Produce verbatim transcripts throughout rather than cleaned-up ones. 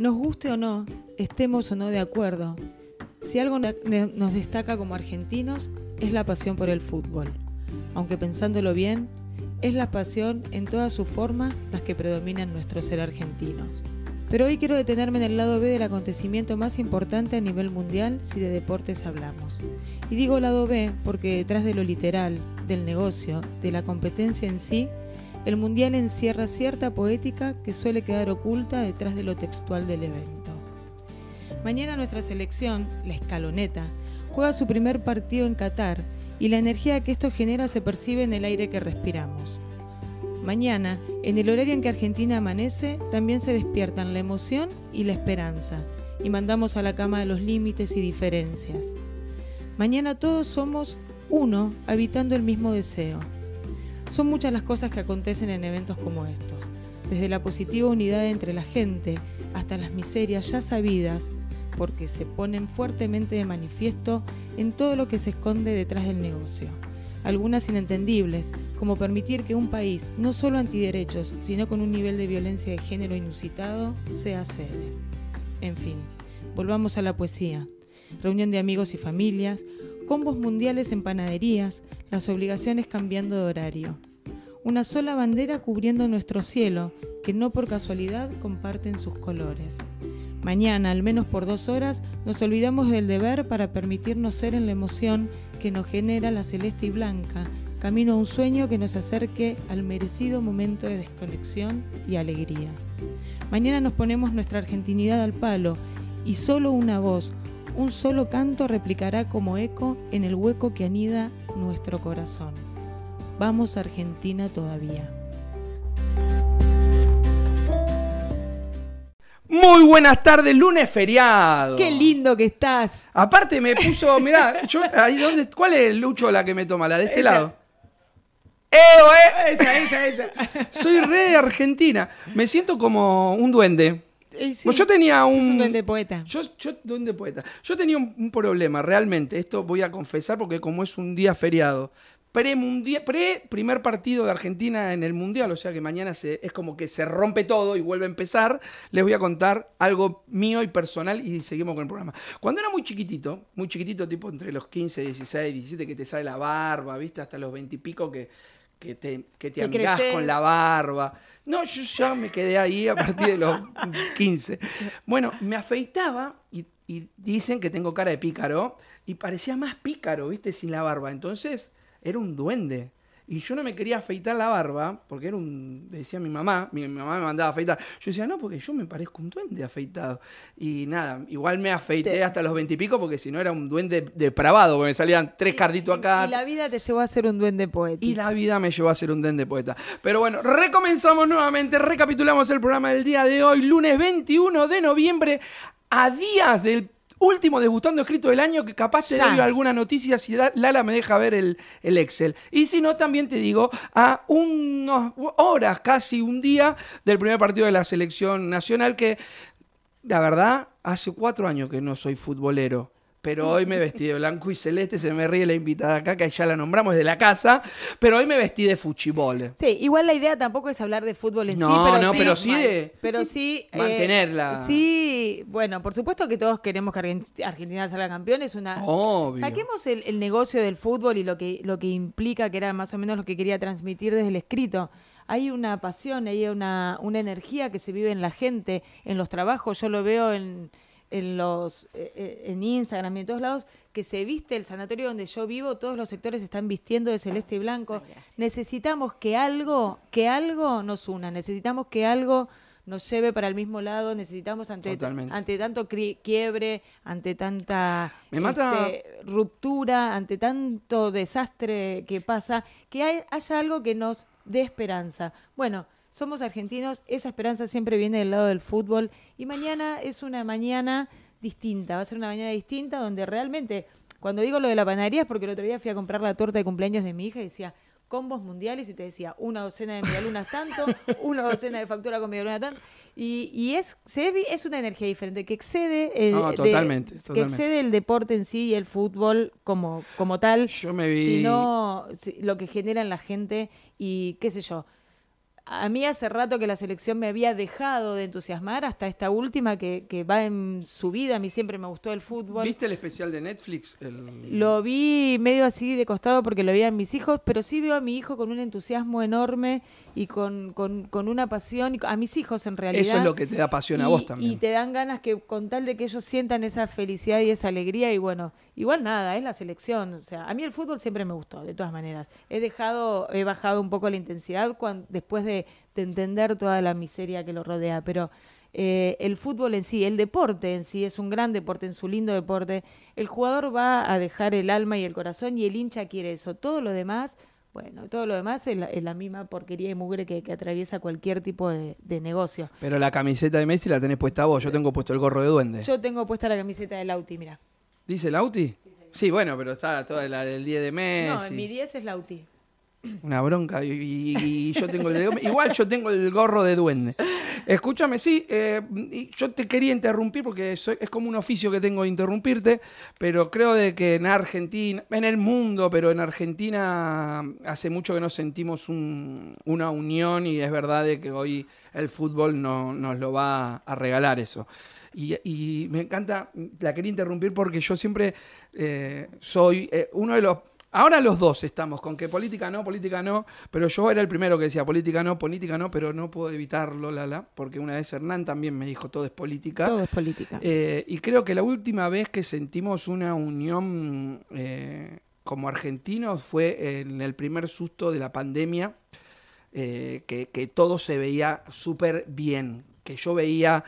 Nos guste o no, estemos o no de acuerdo, si algo nos destaca como argentinos es la pasión por el fútbol. Aunque pensándolo bien, es la pasión en todas sus formas las que predominan en nuestro ser argentinos. Pero hoy quiero detenerme en el lado B del acontecimiento más importante a nivel mundial si de deportes hablamos. Y digo lado B porque detrás de lo literal, del negocio, de la competencia en sí, el mundial encierra cierta poética que suele quedar oculta detrás de lo textual del evento. Mañana nuestra selección, la Escaloneta, juega su primer partido en Qatar y la energía que esto genera se percibe en el aire que respiramos. Mañana, en el horario en que Argentina amanece, también se despiertan la emoción y la esperanza, y mandamos a la cama de los límites y diferencias. Mañana todos somos uno, habitando el mismo deseo. Son muchas las cosas que acontecen en eventos como estos, desde la positiva unidad entre la gente hasta las miserias ya sabidas, porque se ponen fuertemente de manifiesto en todo lo que se esconde detrás del negocio. Algunas inentendibles, como permitir que un país, no solo antiderechos, sino con un nivel de violencia de género inusitado, sea sede. En fin, volvamos a la poesía. Reunión de amigos y familias, combos mundiales en panaderías, las obligaciones cambiando de horario. Una sola bandera cubriendo nuestro cielo, que no por casualidad comparten sus colores. Mañana, al menos por dos horas, nos olvidamos del deber para permitirnos ser en la emoción que nos genera la celeste y blanca, camino a un sueño que nos acerque al merecido momento de desconexión y alegría. Mañana nos ponemos nuestra argentinidad al palo y solo una voz, un solo canto replicará como eco en el hueco que anida nuestro corazón. Vamos Argentina todavía. Muy buenas tardes, lunes feriado. ¡Qué lindo que estás! Aparte me puso, mirá, yo, ahí donde, ¿cuál es, Lucho, la que me toma? ¿La de este esa. lado? ¡Eh, eh! Esa, esa, esa. Soy re de Argentina. Me siento como un duende. Eh, sí. Pues yo tenía un... Sos un duende poeta. Yo, yo, duende poeta. Yo tenía un, un problema, realmente. Esto voy a confesar porque como es un día feriado. Pre-mundial, pre-primer partido de Argentina en el Mundial, o sea que mañana se, es como que se rompe todo y vuelve a empezar, les voy a contar algo mío y personal y seguimos con el programa. Cuando era muy chiquitito, muy chiquitito, tipo entre los quince, dieciséis, diecisiete, que te sale la barba, ¿viste? Hasta los veinte y pico que, que te, que te amigás con la barba. No, yo ya me quedé ahí a partir de los quince. Bueno, me afeitaba y, y dicen que tengo cara de pícaro y parecía más pícaro, ¿viste? Sin la barba. Entonces... era un duende. Y yo no me quería afeitar la barba, porque era un... decía mi mamá, mi, mi mamá me mandaba a afeitar. Yo decía, no, porque yo me parezco un duende afeitado. Y nada, igual me afeité Te... hasta los veintipico, porque si no era un duende depravado, porque me salían tres carditos acá. Y la vida te llevó a ser un duende poeta. Y la vida me llevó a ser un duende poeta. Pero bueno, recomenzamos nuevamente, recapitulamos el programa del día de hoy, lunes veintiuno de noviembre, a días del último debutando escrito del año, que capaz te doy alguna noticia si Lala me deja ver el, el Excel. Y si no, también te digo, a unas horas, casi un día, del primer partido de la selección nacional, que la verdad, hace cuatro años que no soy futbolero. Pero hoy me vestí de blanco y celeste, se me ríe la invitada acá, que ya la nombramos, de la casa, pero hoy me vestí de fuchibol. Sí, igual la idea tampoco es hablar de fútbol en no, sí, pero no, sí, pero sí de pero sí, mantenerla. Eh, sí, bueno, por supuesto que todos queremos que Argentina salga campeón, es una... Obvio. Saquemos el, el negocio del fútbol y lo que, lo que implica, que era más o menos lo que quería transmitir desde el escrito. Hay una pasión, hay una, una energía que se vive en la gente, en los trabajos, yo lo veo en... en los eh, en Instagram y en todos lados, que se viste el sanatorio donde yo vivo, todos los sectores están vistiendo de celeste y blanco. Ay, necesitamos que algo, que algo nos una, necesitamos que algo nos lleve para el mismo lado, necesitamos ante, ante tanto quiebre, ante tanta Me mata... este, ruptura, ante tanto desastre que pasa, que hay, haya algo que nos dé esperanza. Bueno, somos argentinos, esa esperanza siempre viene del lado del fútbol y mañana es una mañana distinta, va a ser una mañana distinta donde realmente, cuando digo lo de la panadería es porque el otro día fui a comprar la torta de cumpleaños de mi hija y decía combos mundiales y te decía una docena de medialunas tanto, una docena de factura con medialuna tanto y, y es se ve, es una energía diferente que excede el, no, totalmente, de, totalmente. que excede el deporte en sí y el fútbol como, como tal, yo me vi... sino lo que genera en la gente y qué sé yo. a mí hace rato que la selección me había dejado de entusiasmar hasta esta última que, que va en su vida. A mí siempre me gustó el fútbol. ¿Viste el especial de Netflix? El... Lo vi medio así de costado porque lo veían mis hijos, pero sí veo a mi hijo con un entusiasmo enorme y con, con, con una pasión, y a mis hijos en realidad. Eso es lo que te da pasión a y, vos también. Y te dan ganas que con tal de que ellos sientan esa felicidad y esa alegría, y bueno, igual nada, es la selección. O sea, a mí el fútbol siempre me gustó, de todas maneras. He dejado, he bajado un poco la intensidad cuando, después de, de entender toda la miseria que lo rodea, pero eh, el fútbol en sí, el deporte en sí, es un gran deporte, en su lindo deporte. El jugador va a dejar el alma y el corazón y el hincha quiere eso. Todo lo demás, bueno, todo lo demás es la, es la misma porquería y mugre que, que atraviesa cualquier tipo de, de negocio. Pero la camiseta de Messi la tenés puesta vos, yo tengo puesto el gorro de duende. Yo tengo puesta la camiseta de Lauti, mira. ¿Dice Lauti? Sí, sí, bueno, pero está toda la del diez de Messi. No, mi diez es Lauti. Una bronca, y, y, y yo tengo el de... Igual yo tengo el gorro de duende. Escúchame, sí, eh, yo te quería interrumpir porque soy, es como un oficio que tengo de interrumpirte, pero creo de que en Argentina, en el mundo, pero en Argentina hace mucho que no sentimos un, una unión, y es verdad de que hoy el fútbol no, nos lo va a regalar eso. Y, y me encanta, la quería interrumpir porque yo siempre eh, soy eh, uno de los... Ahora los dos estamos con que política no, política no, pero yo era el primero que decía política no, política no, pero no puedo evitarlo, Lala, porque una vez Hernán también me dijo todo es política. Todo es política. Eh, y creo que la última vez que sentimos una unión eh, como argentinos fue en el primer susto de la pandemia, eh, que, que todo se veía súper bien, que yo veía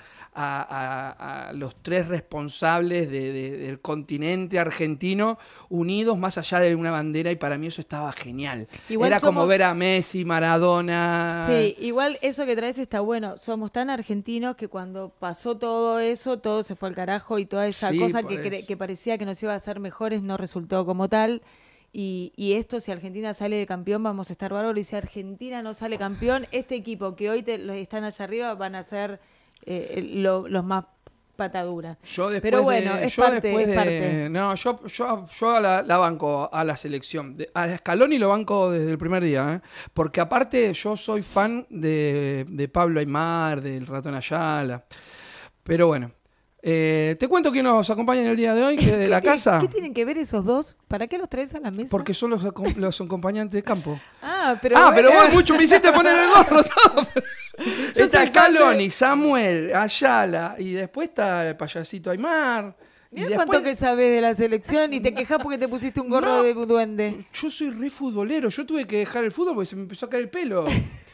a, a, a los tres responsables de, de, del continente argentino unidos más allá de una bandera, y para mí eso estaba genial. Igual Era somos... como ver a Messi, Maradona. Sí, igual eso que traes está bueno. Somos tan argentinos que cuando pasó todo eso, todo se fue al carajo, y toda esa sí, cosa que, cre- que parecía que nos iba a hacer mejores no resultó como tal. Y, y esto, si Argentina sale de campeón, vamos a estar bárbaros. Y si Argentina no sale campeón, este equipo que hoy te, los están allá arriba van a ser eh, lo, los más pataduras. Yo después Pero bueno, de, es, yo parte, después es de, parte. No, yo, yo, yo la, la banco a la selección. De, a Scaloni lo banco desde el primer día, ¿eh? Porque aparte yo soy fan de, de Pablo Aimar, del Ratón Ayala. Pero bueno. Eh, te cuento quién nos acompaña en el día de hoy, que de la ¿Qué, casa. ¿Qué tienen que ver esos dos? ¿Para qué los traes a la mesa? Porque son los, los acompañantes de campo. Ah, pero, ah, bueno. pero vos mucho me hiciste poner el gorro todo. Está Scaloni, Samuel, Ayala, y después está el payasito Aimar. Mirá después... cuánto que sabes de la selección y te quejas porque te pusiste un gorro no, de duende. Yo soy re futbolero, yo tuve que dejar el fútbol porque se me empezó a caer el pelo.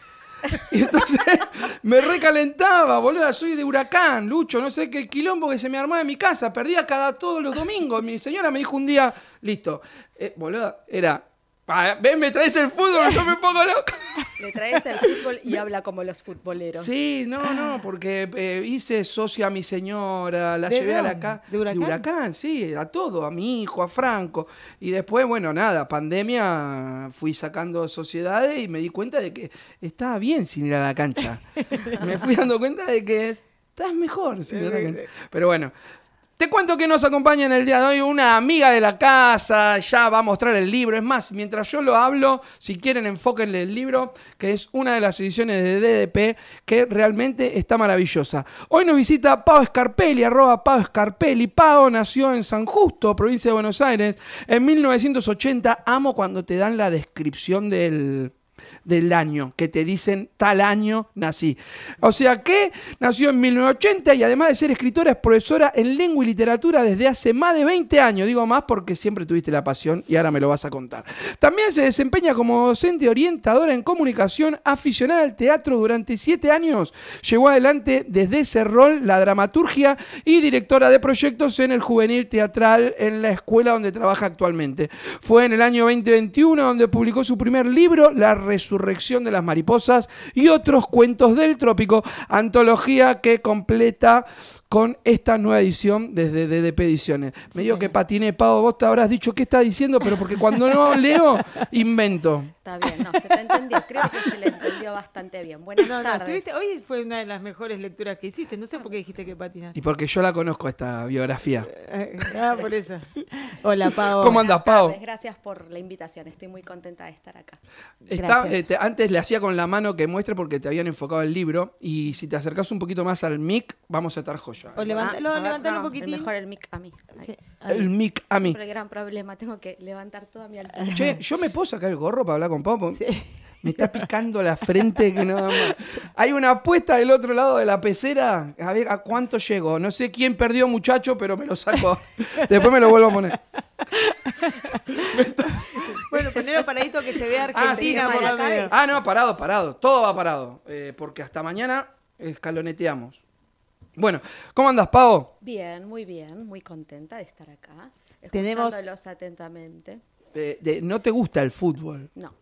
Y entonces me recalentaba, boludo, soy de Huracán, Lucho, no sé qué quilombo que se me armaba en mi casa, perdía cada todos los domingos. Mi señora me dijo un día, listo, eh, boludo, era, ah, ven, me traes el fútbol, yo me pongo loco. Le traes el fútbol y habla como los futboleros. Sí, no, no, porque eh, hice socia a mi señora, la ¿De llevé dónde? a la casa. ¿De Huracán? De Huracán, sí, a todo, a mi hijo, a Franco. Y después, bueno, nada, pandemia, fui sacando sociedades y me di cuenta de que estaba bien sin ir a la cancha. Me fui dando cuenta de que estás mejor sin ir a la cancha. Pero bueno. Te cuento que nos acompaña en el día de hoy una amiga de la casa, ya va a mostrar el libro. Es más, mientras yo lo hablo, si quieren enfóquenle el libro, que es una de las ediciones de D D P, que realmente está maravillosa. Hoy nos visita Pau Scarpelli, arroba Pau Scarpelli. Pau nació en San Justo, provincia de Buenos Aires, en mil novecientos ochenta. Amo cuando te dan la descripción del... del año, que te dicen tal año nací. O sea que nació en mil novecientos ochenta y además de ser escritora es profesora en lengua y literatura desde hace más de veinte años. Digo más porque siempre tuviste la pasión y ahora me lo vas a contar. También se desempeña como docente orientadora en comunicación, aficionada al teatro durante siete años. Llevó adelante desde ese rol la dramaturgia y directora de proyectos en el Juvenil Teatral en la escuela donde trabaja actualmente. Fue en el año veinte veintiuno donde publicó su primer libro, La Resurrección de las Mariposas y otros cuentos del trópico, antología que completa con esta nueva edición desde D D P Ediciones. Me Sí, digo señor. que patiné, Pau, vos te habrás dicho qué está diciendo, pero porque cuando no leo, invento. Está bien, no, se te entendió. Creo que se le entendió bastante bien. Buenas No, no, tardes. estuviste- hoy fue una de las mejores lecturas que hiciste. No sé por qué dijiste que patina. Y porque yo la conozco esta biografía. Eh, Ah, por eso. Hola, Pau. ¿Cómo andas, Buenas Pau? tardes, gracias por la invitación. Estoy muy contenta de estar acá. Está, Gracias. eh, te- antes le hacía con la mano que muestre porque te habían enfocado el libro. Y si te acercás un poquito más al mic, vamos a estar joya. O levántalo, Ah, a ver, levántalo no, un poquitín. el mejor el mic a mí. Ahí. Sí, ahí. El mic a mí. Siempre el gran problema, tengo que levantar toda mi altura. Che, ¿yo me puedo sacar el gorro para hablar con Pau? Porque Sí. me está picando la frente que nada más. Hay una apuesta del otro lado de la pecera. A ver a cuánto llego. No sé quién perdió, muchacho, pero me lo saco. Después me lo vuelvo a poner. Bueno, ponelo paradito que se vea Ah, sí, Argentina sí. por la lo menos. cabeza. Ah, no, parado, parado. Todo va parado. Eh, porque hasta mañana escaloneteamos. Bueno, ¿cómo andas, Pau? Bien, muy bien, muy contenta de estar acá. Tenemos- Escuchándolos atentamente. Eh, de- no te gusta el fútbol, No,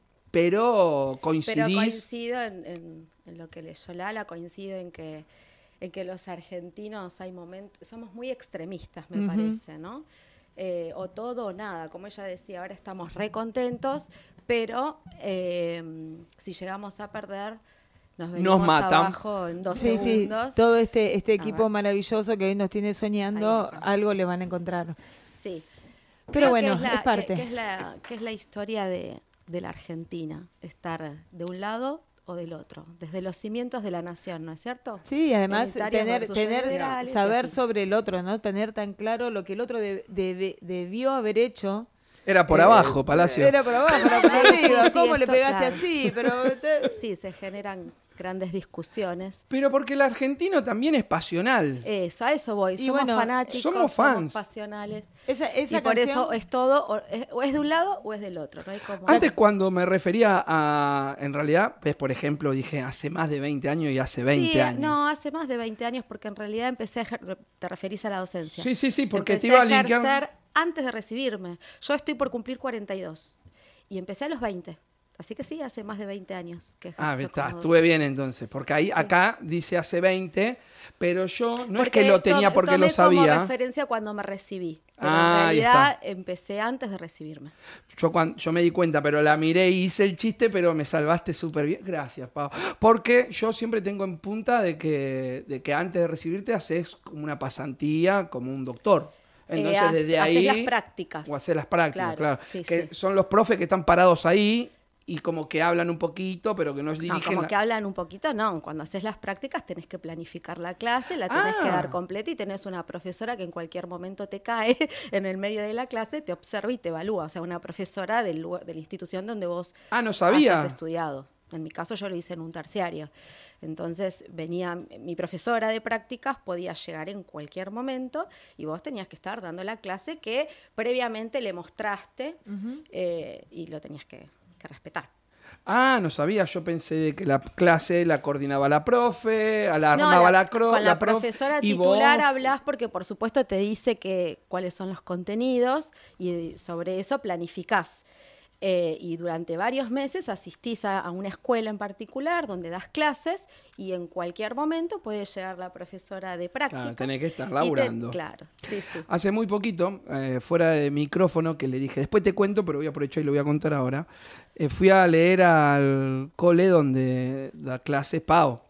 pero pero coincidís. coincido en, en- en lo que leyó Lala, coincido en que, en que los argentinos hay momentos, somos muy extremistas, me Ujú. parece, ¿no? Eh, o todo o nada, como ella decía, ahora estamos re contentos, pero eh, si llegamos a perder, nos venimos matan. abajo en dos Sí, sí, segundos. todo este, este A equipo ver. maravilloso que hoy nos tiene soñando, Ahí está. algo le van a encontrar. Sí. Pero Creo bueno, que la- es parte. Que, que es la, que es la historia de, de la Argentina, estar de un lado o del otro, desde los cimientos de la nación, ¿no es cierto? Sí, además Elitarios tener, versus tener federales y saber así. sobre el otro, ¿no? Tener tan claro lo que el otro de- debe- debió haber hecho. Era por Eh, abajo, Palacio. Era por abajo, era por Sí, arriba. sí, sí, ¿Cómo le esto, pegaste claro. así? Pero te- Sí, se generan grandes discusiones. Pero porque el argentino también es pasional. Eso, a eso voy. Y Somos bueno, fanáticos, somos fans. pasionales. esa, esa y por canción, eso es todo, o es, o es de un lado o es del otro. ¿No? Hay como- Antes cuando me refería a, en realidad, pues por ejemplo, dije hace más de veinte años y hace veinte Sí, años. no, hace más de veinte años porque en realidad empecé a ejer- te referís a la docencia. Sí, sí, sí, porque empecé te iba a a linkear. ejercer antes de recibirme. Yo estoy por cumplir cuarenta y dos y empecé a los veinte. Así que sí, hace más de veinte años que ejerzo Ah, está, como estuve docente. bien entonces, porque ahí acá dice hace veinte, pero yo no es Porque que lo tenía to- porque tomé lo sabía. como referencia cuando me recibí. Pero Ah, en ahí realidad empecé antes de recibirme. Yo, cuan- yo me di cuenta, pero la miré y hice el chiste, pero me salvaste súper bien. Gracias, Pau. Porque yo siempre tengo en punta de que, de que antes de recibirte haces como una pasantía, como un doctor. Entonces, Eh, ha- desde haces ahí... las prácticas. O hacer las prácticas, Claro, claro. sí, que sí. son los profes que están parados ahí y como que hablan un poquito, pero que no No, dirigen... como la- que hablan un poquito, no. Cuando haces las prácticas tenés que planificar la clase, la tenés Ah. que dar completa y tenés una profesora que en cualquier momento te cae en el medio de la clase, te observa y te evalúa. O sea, una profesora del lugar- de la institución donde vos Ah, no sabía. hayas estudiado. En mi caso yo lo hice en un terciario. Entonces venía mi profesora de prácticas, podía llegar en cualquier momento y vos tenías que estar dando la clase que previamente le mostraste eh, y lo tenías que, que respetar. Ah, no sabía. Yo pensé de que la clase la coordinaba la profe, a la No, armaba la- la, cro- con la, profe, profesora y titular vos- hablas porque por supuesto te dice que cuáles son los contenidos y sobre eso planificás. Eh, y durante varios meses asistís a, a una escuela en particular donde das clases y en cualquier momento puede llegar la profesora de práctica. Claro, tenés que estar y te- laburando. claro, sí, sí. Hace muy poquito, eh, fuera de micrófono, que le dije, después te cuento, pero voy a aprovechar y lo voy a contar ahora. eh, fui a leer al cole donde da clases Pau.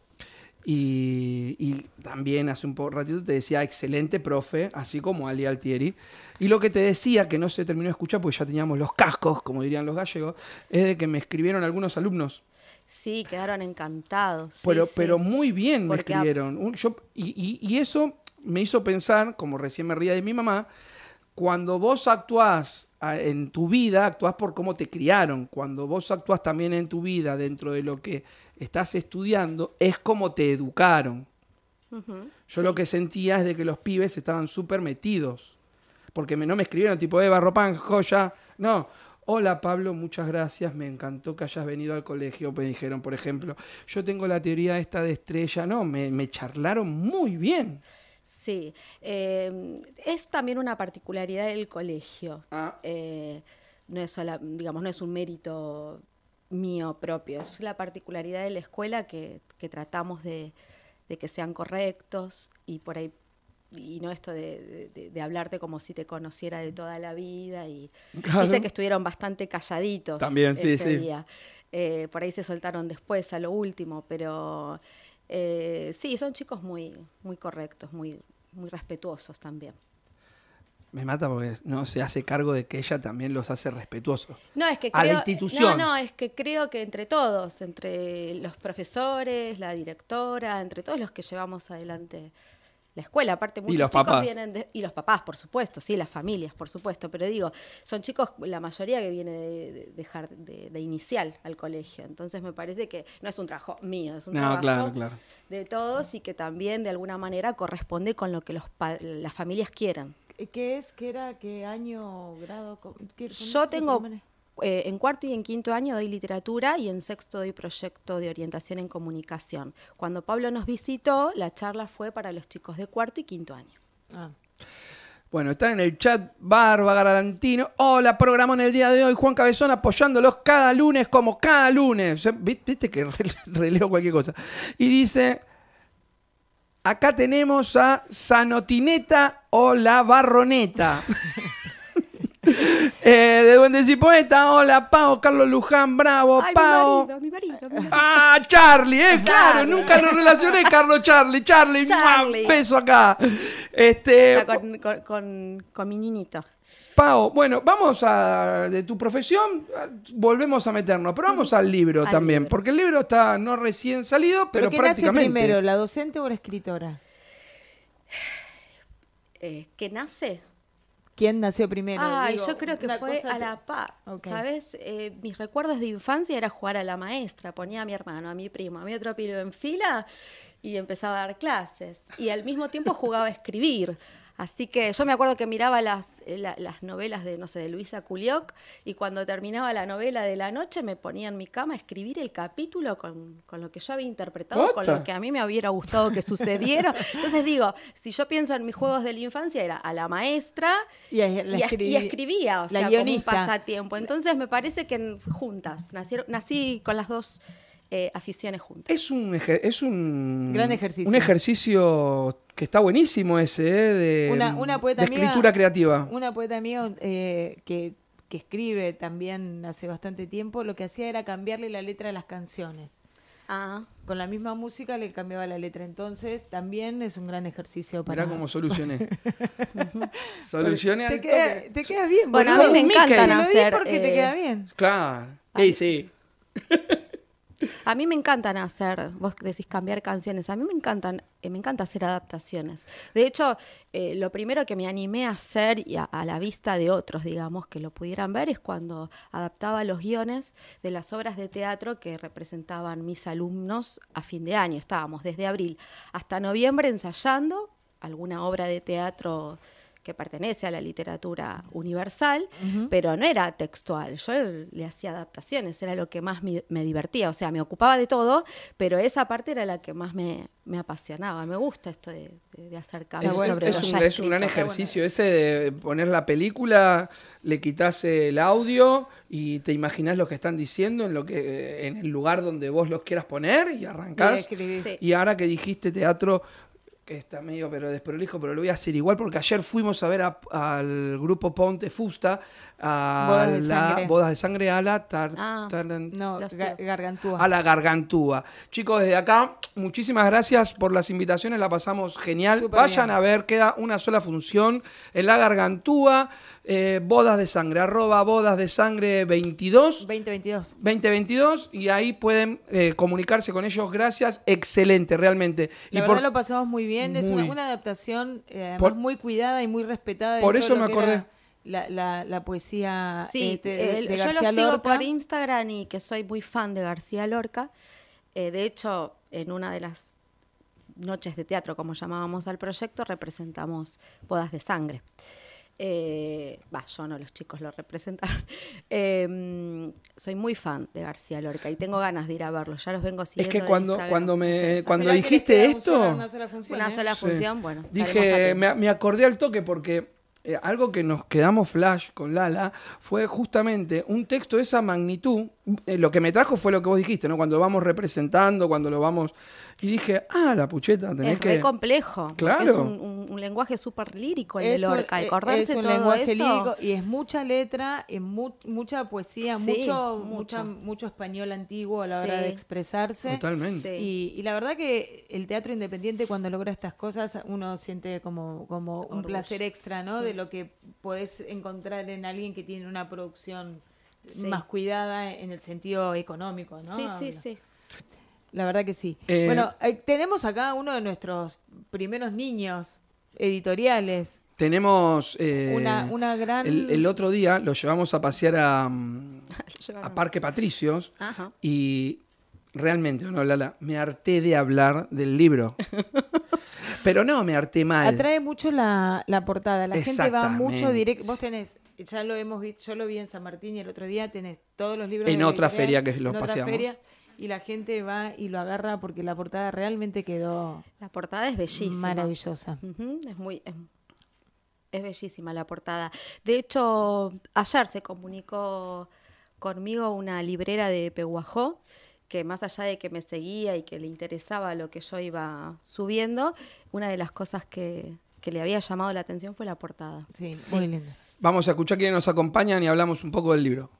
Y, y también hace un po- ratito te decía, excelente profe, así como Ali Altieri. Y lo que te decía, que no se terminó de escuchar porque ya teníamos los cascos, como dirían los gallegos, es de que me escribieron algunos alumnos. Sí, quedaron encantados. sí, Pero, sí. pero muy bien me Porque a- escribieron. Un- yo- y, y- y eso me hizo pensar, como recién me ría de mi mamá, cuando vos actuás ah, en tu vida, actuás por cómo te criaron. Cuando vos actuás también en tu vida dentro de lo que estás estudiando, es como te educaron. Ujú, Yo sí. lo que sentía es de que los pibes estaban súper metidos. Porque me- no me escribieron tipo, Eva, Ropan, joya. No. Hola Pablo, muchas gracias, me encantó que hayas venido al colegio. Me dijeron, por ejemplo, yo tengo la teoría esta de estrella. No, me, me charlaron muy bien. Sí, eh, es también una particularidad del colegio. Ah. Eh, no es sola- digamos, no es un mérito mío propio, es la particularidad de la escuela que, que tratamos de, de que sean correctos y por ahí y no esto de, de, de hablarte como si te conociera de toda la vida. Y Claro. viste que estuvieron bastante calladitos También, sí, ese sí. día. Eh, por ahí se soltaron después, a lo último, pero eh, sí, son chicos muy, muy correctos, muy, muy respetuosos también. Me mata porque no se hace cargo de que ella también los hace respetuosos. No, es que A la creo, institución. No, no, es que creo que entre todos, entre los profesores, la directora, entre todos los que llevamos adelante la escuela, aparte muchos los chicos papás. vienen de, y los papás, por supuesto, sí, las familias, por supuesto, pero digo, son chicos, la mayoría que viene de, de, de, jar- de- de inicial al colegio, entonces me parece que no es un trabajo mío, es un No, trabajo claro, claro. de todos y que también de alguna manera corresponde con lo que los pa- las familias quieran. ¿Qué es? ¿Qué era? ¿Qué año, grado? ¿Cómo- qué- cómo Yo se tengo, llama? eh, en cuarto y en quinto año doy literatura y en sexto doy proyecto de orientación en comunicación. Cuando Pablo nos visitó, la charla fue para los chicos de cuarto y quinto año. Ah. Bueno, están en el chat Barba Garantino. Hola, programa en el día de hoy. Juan Cabezón apoyándolos cada lunes como cada lunes. O sea, vi- viste que re- releo cualquier cosa. Y dice, acá tenemos a Sanotineta o la Barroneta. eh, de Duendes y Poeta. Hola, Pau, Carlos Luján, bravo, Ay, Pau. mi marido, mi marido, mi marido. Ah, Charlie, eh, claro, Charlie. nunca lo relacioné, Carlos Charlie, Charlie, Charlie. ¡mua! Beso acá. Este, Está con, con, con- con mi niñito. Pau, bueno, vamos a, de tu profesión, a- volvemos a meternos, pero vamos al libro Al también, libro. porque el libro está no recién salido, pero, ¿Pero qué nace prácticamente. primero, la docente o la escritora? Eh, ¿Qué nace? ¿Quién nació primero? Ay, Digo, yo creo que una fue cosa a te- la par. Ok. ¿Sabes? Eh, mis recuerdos de infancia era jugar a la maestra. Ponía a mi hermano, a mi primo, a mi otro primo en fila y empezaba a dar clases. Y al mismo tiempo jugaba a escribir. Así que yo me acuerdo que miraba las, eh, la- las novelas de, no sé, de Luisa Culioc y cuando terminaba la novela de la noche me ponía en mi cama a escribir el capítulo con, con lo que yo había interpretado, con ¿Posta? lo que a mí me hubiera gustado que sucediera. Entonces digo, si yo pienso en mis juegos de la infancia era a la maestra Y, a- y, la es- y escribí- escribía, o la sea, como un guionista. pasatiempo. Entonces me parece que en- juntas, nacieron, nací con las dos eh, aficiones juntas. Es un, ejer- es un Gran ejercicio. Un ejercicio que está buenísimo ese, ¿eh? de, Una- una poeta de amiga- escritura creativa. Una poeta mía eh, que, que escribe también hace bastante tiempo, lo que hacía era cambiarle la letra a las canciones. Ah, Con la misma música le cambiaba la letra. Entonces también es un gran ejercicio para... Mirá cómo solucioné. Solucioné te al queda, toque. te queda bien. Bueno, boludo. a mí me Mickey. encantan Te lo di hacer... porque te eh, queda bien. Claro. Ey, sí. A mí me encantan hacer, vos decís cambiar canciones, a mí me encantan, eh, me encanta hacer adaptaciones. De hecho, eh, lo primero que me animé a hacer y a, a la vista de otros, digamos, que lo pudieran ver, es cuando adaptaba los guiones de las obras de teatro que representaban mis alumnos a fin de año. Estábamos desde abril hasta noviembre ensayando alguna obra de teatro que pertenece a la literatura universal, pero no era textual. Yo le hacía adaptaciones, era lo que más me, me divertía. O sea, me ocupaba de todo, pero esa parte era la que más me, me apasionaba. Me gusta esto de, de- de hacer cambios Es, bueno, sobre es lo un, ya es un gran escrito. ejercicio ese de poner la película, le quitas el audio y te imaginas lo que están diciendo en lo que en el lugar donde vos los quieras poner y Y arrancás. escribís. Sí. Y ahora que dijiste teatro, que está medio pero desprolijo, pero lo voy a hacer igual porque ayer fuimos a ver a- al grupo Ponte Fusta a Bodas de la Sangre. Bodas de Sangre a la tar- Ah. taran- No, Lo ga- sé. gargantúa. a la Gargantúa. Chicos, desde acá, muchísimas gracias por las invitaciones, la pasamos genial. Súper Vayan bien. a ver, queda una sola función en la Gargantúa, eh, Bodas de Sangre, arroba Bodas de Sangre veintidós. veinte veintidós. veinte veintidós y ahí pueden eh, comunicarse con ellos. Gracias, excelente, realmente. La y verdad por, lo pasamos muy bien. Es Muy. una, una adaptación eh, además Por- muy cuidada y muy respetada. Por dentro eso de lo me que era acordé. La, la, la poesía Sí, eh, de, de el- yo García lo sigo Lorca. por Instagram y que soy muy fan de García Lorca. Eh, de hecho, en una de las noches de teatro, como llamábamos al proyecto, representamos Bodas de Sangre. Eh, Va, yo no, los chicos lo representaron. Eh, soy muy fan de García Lorca y tengo ganas de ir a verlo. Ya los vengo es siguiendo que en cuando, Instagram. cuando, me, cuando ¿Será que les dijiste queda un esto... sola- una sola función? Una eh? sola Sí. función, bueno. estaremos Dije, me, atentos. me acordé al toque porque eh, algo que nos quedamos flash con Lala fue justamente un texto de esa magnitud. Eh, lo que me trajo fue lo que vos dijiste, ¿no? Cuando lo vamos representando, cuando lo vamos... Y dije, ah, la pucheta, tenés Es que... re complejo, porque Claro. es un, un- un un lenguaje súper lírico el Es de un- Lorca, eh, acordarse es un todo lenguaje eso. lírico y es mucha letra, es mu- mucha poesía, Sí, mucho, mucho. mucha- mucho español antiguo a la hora Sí. de expresarse. Totalmente. Sí. Y, y la verdad que el teatro independiente cuando logra estas cosas uno siente como, como un Orgullo. placer extra, ¿no? De lo que podés encontrar en alguien que tiene una producción Sí. más cuidada en el sentido económico, ¿no? Sí, sí, Hablo. sí. La verdad que sí. Eh, bueno, eh, tenemos acá uno de nuestros primeros niños editoriales. Tenemos... eh, Una, una gran... el, el otro día lo llevamos a pasear a, mm, a Parque Patricios Ajá. y realmente, ¿no, Lala? Me harté de hablar del libro. Pero no, me harté mal. Atrae mucho la, la portada. La gente va mucho Exactamente. directo. Vos tenés, ya lo hemos visto, yo lo vi en San Martín y el otro día tenés todos los libros. En de la otra editorial, feria que los en otra paseamos. feria, y la gente va y lo agarra porque la portada realmente quedó La portada es bellísima. maravillosa. Ujú, es muy es, es bellísima la portada. De hecho, ayer se comunicó conmigo una librera de Pehuajó que más allá de que me seguía y que le interesaba lo que yo iba subiendo, una de las cosas que, que le había llamado la atención fue la portada. Sí, Sí. muy lindo. Vamos a escuchar quiénes nos acompañan y hablamos un poco del libro.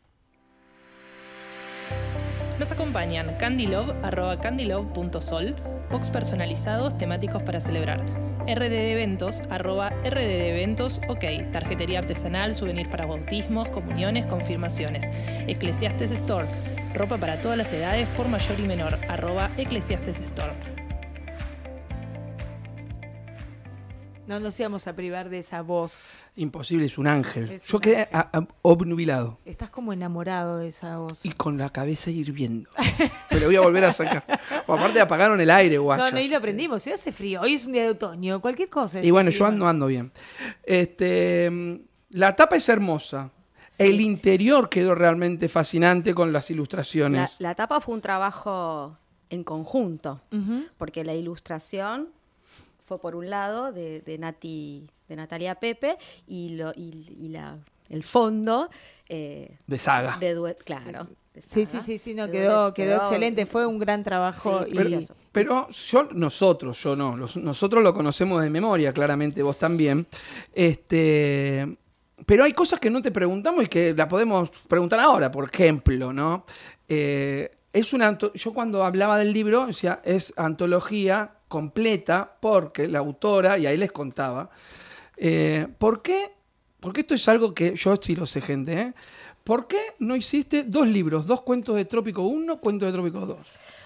Nos acompañan candylove, arroba candylove punto sol, box personalizados temáticos para celebrar. R D D Eventos, arroba R D D Eventos, ok, tarjetería artesanal, souvenirs para bautismos, comuniones, confirmaciones. Eclesiastes Store, ropa para todas las edades por mayor y menor, arroba Eclesiastes Store. No nos íbamos a privar de esa voz. Imposible, es un ángel. Es Yo un quedé ángel. a- a- obnubilado Estás como enamorado de esa voz. y con la cabeza hirviendo. Me lo voy a volver a sacar. O aparte apagaron el aire, guachas. No, no, y lo aprendimos. Hoy hace frío. Hoy es un día de otoño. Cualquier cosa. Y bueno, Este yo clima. ando, ando bien. Este, mm, la tapa es hermosa. Sí. El interior quedó realmente fascinante con las La, ilustraciones. la tapa fue un trabajo en conjunto, Ujú. porque la ilustración fue por un lado de, de Nati, de Natalia Pepe, y, lo, y, y la, el fondo eh, De saga. de Duet, claro. de Sí, sí, Saga. sí, sí, no, De quedó, Duet quedó excelente. Fue un gran trabajo. Sí, y- precioso. Pero yo, nosotros, yo no, los- nosotros lo conocemos de memoria, claramente vos también. Este, pero hay cosas que no te preguntamos y que la podemos preguntar ahora, por ejemplo, ¿no? Eh, es una, anto- yo cuando hablaba del libro decía, es antología completa porque la autora, y ahí les contaba, eh, ¿por qué? Porque esto es algo que yo sí lo sé, gente, ¿eh? ¿Por qué no hiciste dos libros, dos cuentos de Trópico uno, cuentos de Trópico dos?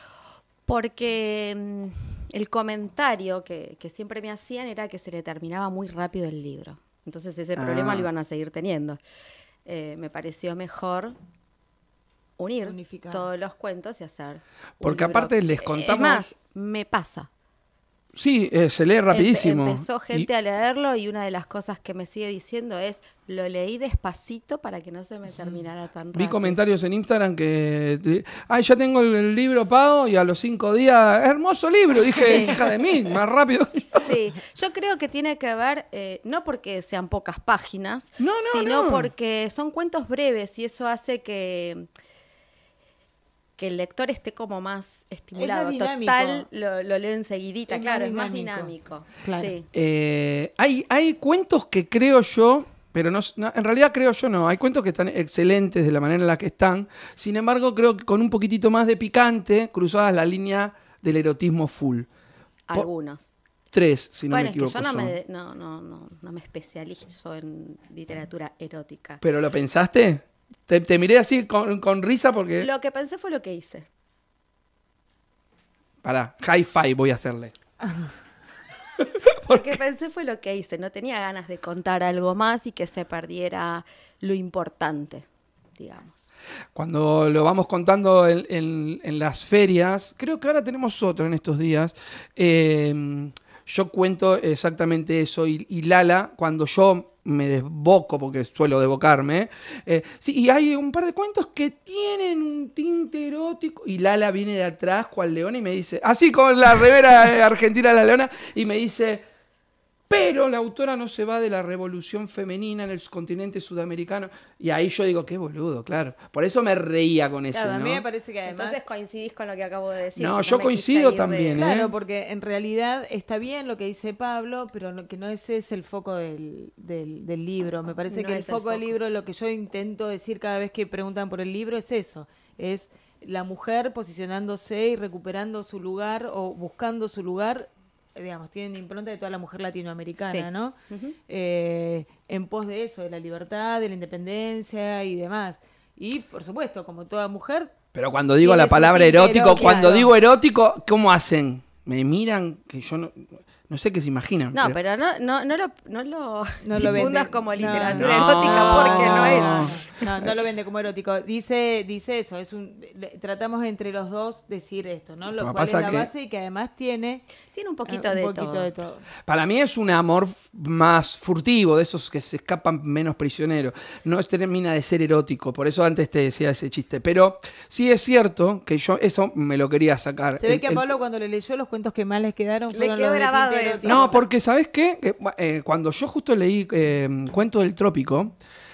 Porque mm, el comentario que, que siempre me hacían era que se le terminaba muy rápido el libro. Entonces ese problema Ah. lo iban a seguir teniendo. Eh, me pareció mejor unir Unificar. todos los cuentos y hacer. un Porque libro. aparte les Eh, contamos- Es más, me pasa. Sí, eh, se lee rapidísimo. Empe- empezó gente Y- a leerlo y una de las cosas que me sigue diciendo es, lo leí despacito para que no se me terminara tan rápido. Vi comentarios en Instagram que, te- ay, ya tengo el, el libro pago y a los cinco días, hermoso libro. Dije, hija de mí, más rápido. Sí, yo creo que tiene que ver, eh, no porque sean pocas páginas, No, no, sino no. porque son cuentos breves y eso hace que, que el lector esté como más estimulado. dinámico. Total, lo, lo leo enseguidita, Es claro, más es más dinámico. dinámico. Claro. Sí. Eh, hay, hay cuentos que creo yo, pero no, no, en realidad creo yo no, hay cuentos que están excelentes de la manera en la que están, sin embargo creo que con un poquitito más de picante, cruzadas la línea del erotismo full. Po- Algunos. Tres, si no bueno, me es que equivoco. yo no son. me, no, no, no, no me especializo en literatura erótica. ¿Pero lo pensaste? Te, te miré así con, con risa porque... Lo que pensé fue lo que hice. Pará, hi-fi voy a hacerle. Lo que pensé fue lo que hice. No tenía ganas de contar algo más y que se perdiera lo importante, digamos. Cuando lo vamos contando en, en- en las ferias, creo que ahora tenemos otro en estos días, eh, yo cuento exactamente eso y, y Lala, cuando yo me desboco, porque suelo desbocarme, eh, sí, y hay un par de cuentos que tienen un tinte erótico y Lala viene de atrás cual leona y me dice, así con la remera eh, argentina de la leona, y me dice... Pero la autora no se va de la revolución femenina en el continente sudamericano. Y ahí yo digo, qué boludo, claro. Por eso me reía con ese, Claro, a mí ¿no? me parece que además... Entonces coincidís con lo que acabo de decir. No, que yo me coincido quise ir de- también, ¿eh? Claro, porque en realidad está bien lo que dice Pablo, pero no- que no ese es el foco del, del, del libro. Me parece No que el es el foco del foco. libro, lo que yo intento decir cada vez que preguntan por el libro es eso, es la mujer posicionándose y recuperando su lugar o buscando su lugar, digamos, tienen impronta de toda la mujer latinoamericana, Sí. ¿no? Ujú. Eh, en pos de eso, de la libertad, de la independencia y demás. Y, por supuesto, como toda mujer... Pero cuando digo Tiene la su palabra tinte erótico, erótico. cuando Claro. digo erótico, ¿cómo hacen? Me miran que yo no, no sé qué se imaginan. No, pero no, no, no lo, no lo No lo difundas vende. como No, literatura no. erótica No, porque no, no, es. No, no lo vende como erótico. Dice, dice eso, es un le- tratamos entre los dos decir esto, ¿no? Lo Lo que cual es pasa la que- base y que además tiene Tiene un poquito, eh, un de, poquito todo. de todo. Para mí es un amor más furtivo, de esos que se escapan menos prisioneros. No es- termina de ser erótico, por eso antes te decía ese chiste. Pero sí es cierto que yo eso me lo quería sacar. Se ve El- que a el- Pablo cuando le leyó los cuentos que más les quedaron Le fueron quedó los de grabado tinte eso. erótico. No, porque ¿sabes qué? Eh, eh, cuando yo justo leí eh, Cuento del Trópico,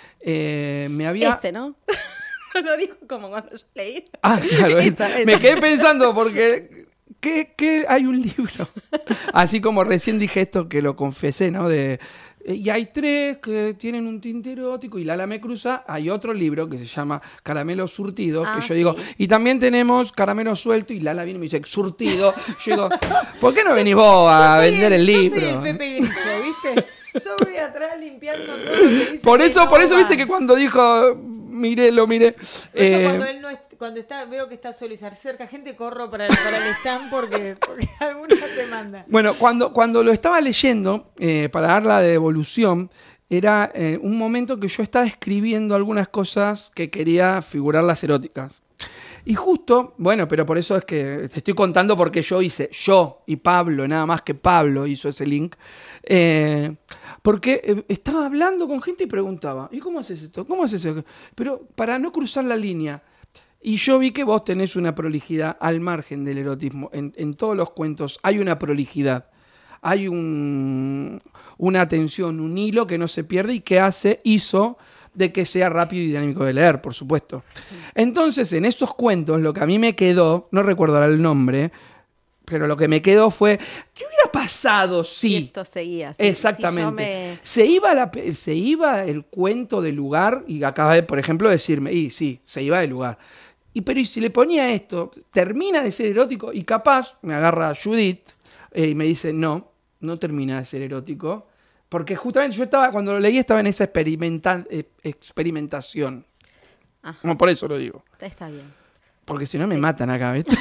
eh, me había... Este, ¿no? No lo dijo como cuando yo leí. Ah, claro, Esta, esta. me quedé pensando porque ¿qué, qué hay un libro? Así como recién dije esto que lo confesé, ¿no? De, eh, y hay tres que tienen un tinte erótico y Lala me cruza, hay otro libro que se llama Caramelo Surtido, Ah, que yo digo, sí. y también tenemos Caramelo Suelto y Lala viene y me dice, surtido. Yo digo, ¿por qué no venís vos a Yo soy vender el Yo libro? soy el Pepe Grillo, ¿viste? Yo voy atrás limpiando todo lo que dice Por que eso, no por eso va. viste que cuando dijo, miré, lo miré. Por eso eh, cuando él no es, cuando está, veo que está solo y se acerca gente, corro para, para el stand porque, porque alguna se manda. Bueno, cuando, cuando lo estaba leyendo, eh, para dar la devolución, era eh, un momento que yo estaba escribiendo algunas cosas que quería figurar las eróticas. Y justo, bueno, pero por eso es que te estoy contando porque yo hice, yo y Pablo, nada más que Pablo hizo ese link, eh, porque eh, estaba hablando con gente y preguntaba, ¿y cómo haces esto? ¿Cómo haces eso? Pero para no cruzar la línea. Y yo vi que vos tenés una prolijidad al margen del erotismo. En, en todos los cuentos hay una prolijidad. Hay un, una atención, un hilo que no se pierde y que hace, hizo de que sea rápido y dinámico de leer, por supuesto. Entonces, en estos cuentos, lo que a mí me quedó, no recuerdo ahora el nombre, pero lo que me quedó fue, ¿qué hubiera pasado Si si... esto seguía. si- Exactamente. si yo me- Se iba la pe- se iba el cuento del lugar y acaba de, por ejemplo, decirme, y sí, se iba del lugar. Y pero y si le ponía esto, termina de ser erótico y capaz me agarra Judith eh, y me dice, no, no termina de ser erótico. Porque justamente yo estaba, cuando lo leí, estaba en esa experimenta- eh, experimentación. Ajá. Como por eso lo digo. Está bien. Porque si no me matan acá, ¿viste?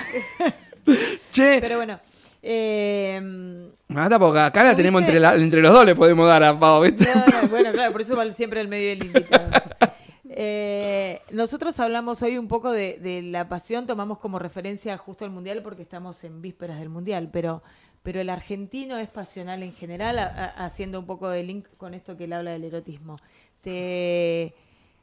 Che, Pero bueno, eh, me mata porque acá la tenemos ¿Tuviste? entre, la- entre los dos, le podemos dar a Pau, ¿viste? no, no, bueno, claro, por eso va siempre al medio del invitado. Eh, nosotros hablamos hoy un poco de, de la pasión, tomamos como referencia justo el Mundial porque estamos en vísperas del Mundial, pero, pero el argentino es pasional en general, a- a- haciendo un poco de link con esto que él habla del erotismo. Te...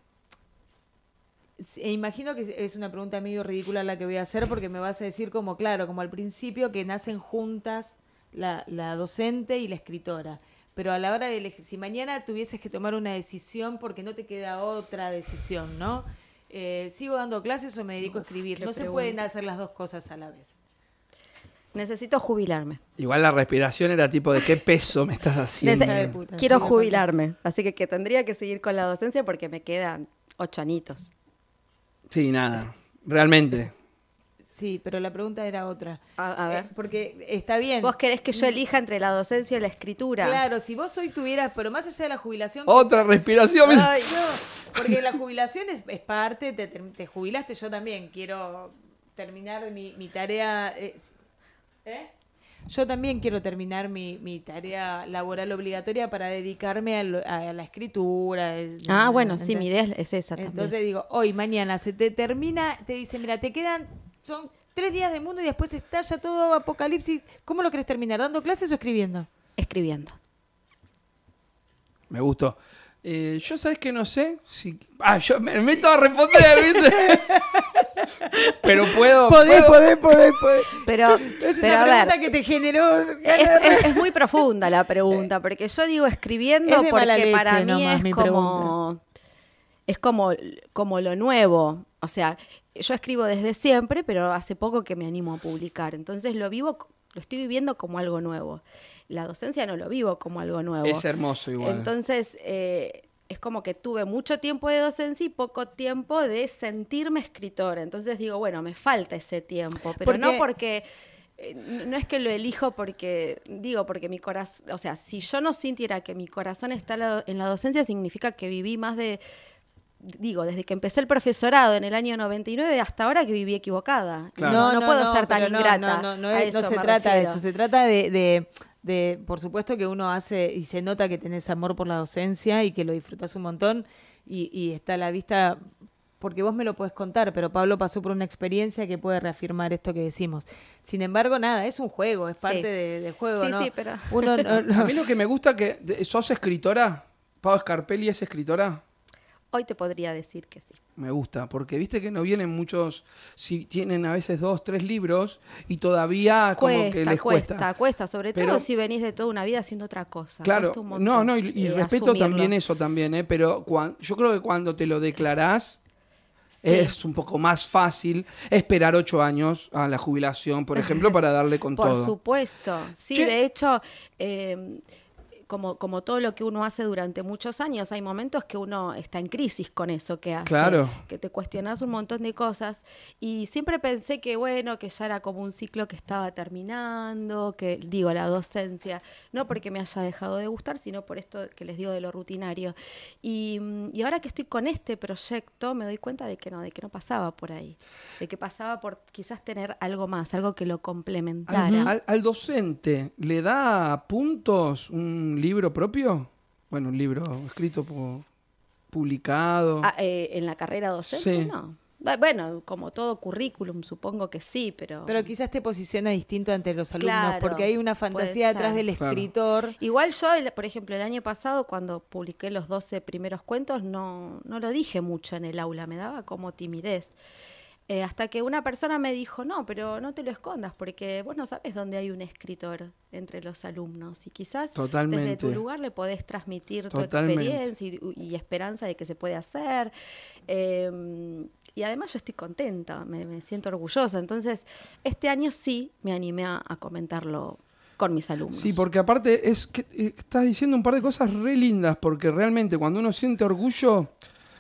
E imagino que es una pregunta medio ridícula la que voy a hacer porque me vas a decir como, claro, como al principio que nacen juntas la, la docente y la escritora. Pero a la hora de elegir, si mañana tuvieses que tomar una decisión porque no te queda otra decisión, ¿no? Eh, ¿Sigo dando clases o me dedico a escribir? qué No se pregunta. pueden hacer las dos cosas a la vez. Necesito jubilarme. Igual la respiración era tipo de qué peso me estás haciendo. Hija de puta. Quiero Sí, lo jubilarme. Así que, que tendría que seguir con la docencia porque me quedan ocho anitos. Sí, nada. Realmente. Sí, pero la pregunta era otra. A, a ver. Eh, porque está bien. ¿Vos querés que yo elija entre la docencia y la escritura? Claro, si vos hoy tuvieras, pero más allá de la jubilación... que Otra sa- respiración. Ay, no, porque la jubilación es, es parte, te, te- te jubilaste, yo también quiero terminar mi, mi tarea... eh, ¿eh? Yo también quiero terminar mi, mi tarea laboral obligatoria para dedicarme a, lo- a la escritura. eh, Ah, bueno, sí, ¿entendés? mi idea es esa también. Entonces digo, hoy, mañana, se te termina, te dice, mira, te quedan, son tres días de mundo y después estalla todo apocalipsis. ¿Cómo lo querés terminar? ¿Dando clases o escribiendo? Escribiendo. Me gustó. Eh, yo sabes que no sé si... Ah, yo me meto a responder, ¿viste? Pero puedo... Podés, puedo... podés, podés, podés. Pero, Es pero una a pregunta ver, que te generó... es, es- es muy profunda la pregunta, porque yo digo escribiendo Es de mala porque leche para mí nomás es mi como, es como, como lo nuevo. O sea, yo escribo desde siempre, pero hace poco que me animo a publicar. Entonces lo vivo, lo estoy viviendo como algo nuevo. La docencia no lo vivo como algo nuevo. Es hermoso igual. Entonces, eh, es como que tuve mucho tiempo de docencia y poco tiempo de sentirme escritora. Entonces digo, bueno, me falta ese tiempo, pero Porque- no porque... eh, No es que lo elijo porque, digo, porque mi corazón, o sea, si yo no sintiera que mi corazón está la- en la docencia, significa que viví más de, digo, desde que empecé el profesorado en el año noventa y nueve hasta ahora que viví equivocada. Claro. No, no, puedo ser tan pero no, ingrata. No, no, no, a es- no eso se me trata de refiero. eso, se trata de, de, de, por supuesto que uno hace y se nota que tenés amor por la docencia y que lo disfrutas un montón y, y está a la vista, porque vos me lo podés contar, pero Pablo pasó por una experiencia que puede reafirmar esto que decimos. Sin embargo, nada, es un juego, es parte Sí. de- del juego, Sí, ¿no? sí, pero- Uno no- no- A mí lo que me gusta que... de- ¿Sos escritora? ¿Pau Scarpelli es escritora? Hoy te podría decir que sí. Me gusta, porque viste que no vienen muchos, si tienen a veces dos, tres libros y todavía como Cuesta, que les cuesta, cuesta. cuesta, sobre Pero- todo si venís de toda una vida haciendo otra cosa. Claro, Cuesta un montón, no, no, y, y eh, respeto asumirlo. también eso también, ¿eh? Pero cuan- yo creo que cuando te lo declarás Sí. es un poco más fácil esperar ocho años a la jubilación, por ejemplo, para darle con Por todo. supuesto. Sí, Che. de hecho, eh, como, como todo lo que uno hace durante muchos años, hay momentos que uno está en crisis con eso que hace. Claro. Que te cuestionas un montón de cosas. Y siempre pensé que, bueno, que ya era como un ciclo que estaba terminando, que, digo, la docencia, no porque me haya dejado de gustar, sino por esto que les digo de lo rutinario. Y, mm, y ahora que estoy con este proyecto, me doy cuenta de que no, de que no pasaba por ahí. De que pasaba por quizás tener algo más, algo que lo complementara. Al, al docente, ¿le da puntos un libro propio? Bueno, un libro escrito, por, publicado. Ah, eh, en la carrera docente, Sí. no. Bu- Bueno, como todo currículum, supongo que sí, pero... pero quizás te posiciona distinto ante los alumnos, Claro, porque hay una puede fantasía detrás ser. del Claro. escritor. Igual yo, el- por ejemplo, el año pasado, cuando publiqué los doce primeros cuentos, no, no lo dije mucho en el aula, me daba como timidez. Eh, hasta que una persona me dijo, no, pero no te lo escondas, porque vos no sabes dónde hay un escritor entre los alumnos. Y quizás desde Totalmente. tu lugar le podés transmitir tu Totalmente. experiencia y, y esperanza de que se puede hacer. Eh, y además yo estoy contenta, me, me siento orgullosa. Entonces, este año sí me animé a, a comentarlo con mis alumnos. Sí, porque aparte es que eh, estás diciendo un par de cosas re lindas, porque realmente cuando uno siente orgullo,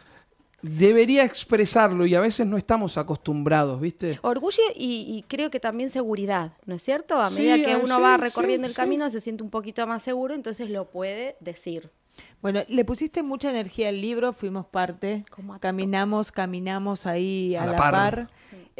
debería expresarlo y a veces no estamos acostumbrados, ¿viste? Orgullo y, y creo que también seguridad, ¿no es cierto? A Sí, medida que ah, uno sí, va sí, recorriendo el sí. camino se siente un poquito más seguro, entonces lo puede decir. Bueno, le pusiste mucha energía al libro, fuimos parte, Como a caminamos, caminamos ahí a, A la la par. par,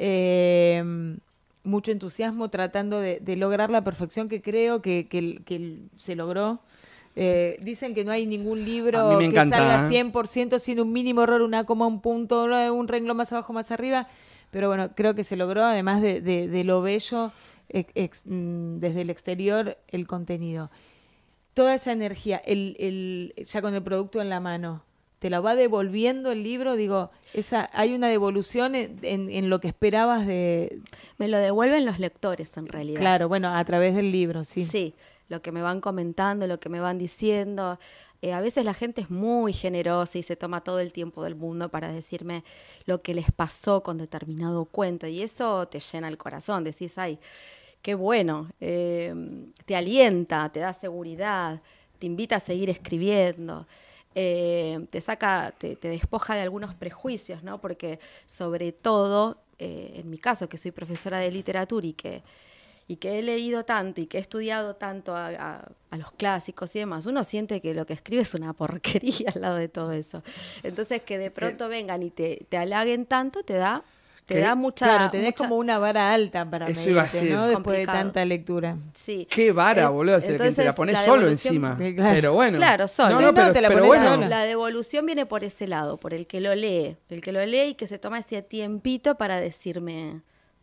eh, mucho entusiasmo tratando de, de lograr la perfección que creo que, que- que se logró. Eh, dicen que no hay ningún A libro mí me que encanta, salga ¿eh? cien por ciento sin un mínimo error, una coma, un punto, un renglón más abajo, más arriba, pero bueno, creo que se logró, además de, de- de lo bello, ex- ex- mm, desde el exterior, el contenido. Toda esa energía, el, el, ya con el producto en la mano, ¿te lo va devolviendo el libro? Digo, esa, ¿hay una devolución en, en- en lo que esperabas de...? Me lo devuelven los lectores en realidad. Claro, bueno, a través del libro, sí. Sí, lo que me van comentando, lo que me van diciendo. Eh, a veces la gente es muy generosa y se toma todo el tiempo del mundo para decirme lo que les pasó con determinado cuento y eso te llena el corazón. Decís, ay, qué bueno, eh, te alienta, te da seguridad, te invita a seguir escribiendo. Eh, te saca, te, te despoja de algunos prejuicios, ¿no? Porque sobre todo, eh, en mi caso, que soy profesora de literatura y que y que he leído tanto y que he estudiado tanto a, a- a los clásicos y demás, uno siente que lo que escribe es una porquería al lado de todo eso. Entonces, que de pronto vengan y te, te halaguen tanto, te da, te Que- da mucha... Claro, tenés mucha- como una vara alta para Eso iba a medirte, decir. ¿no? Después de Complicado. tanta lectura. Sí. Qué vara, Es- boludo, si la que te la entonces, pones la solo devolución- encima. Sí, claro. Pero bueno. Claro, solo. No, No, no, pero, te la pero pones bueno. sola. La devolución viene por ese lado, por el que lo lee, el que lo lee y que se toma ese tiempito para decirme,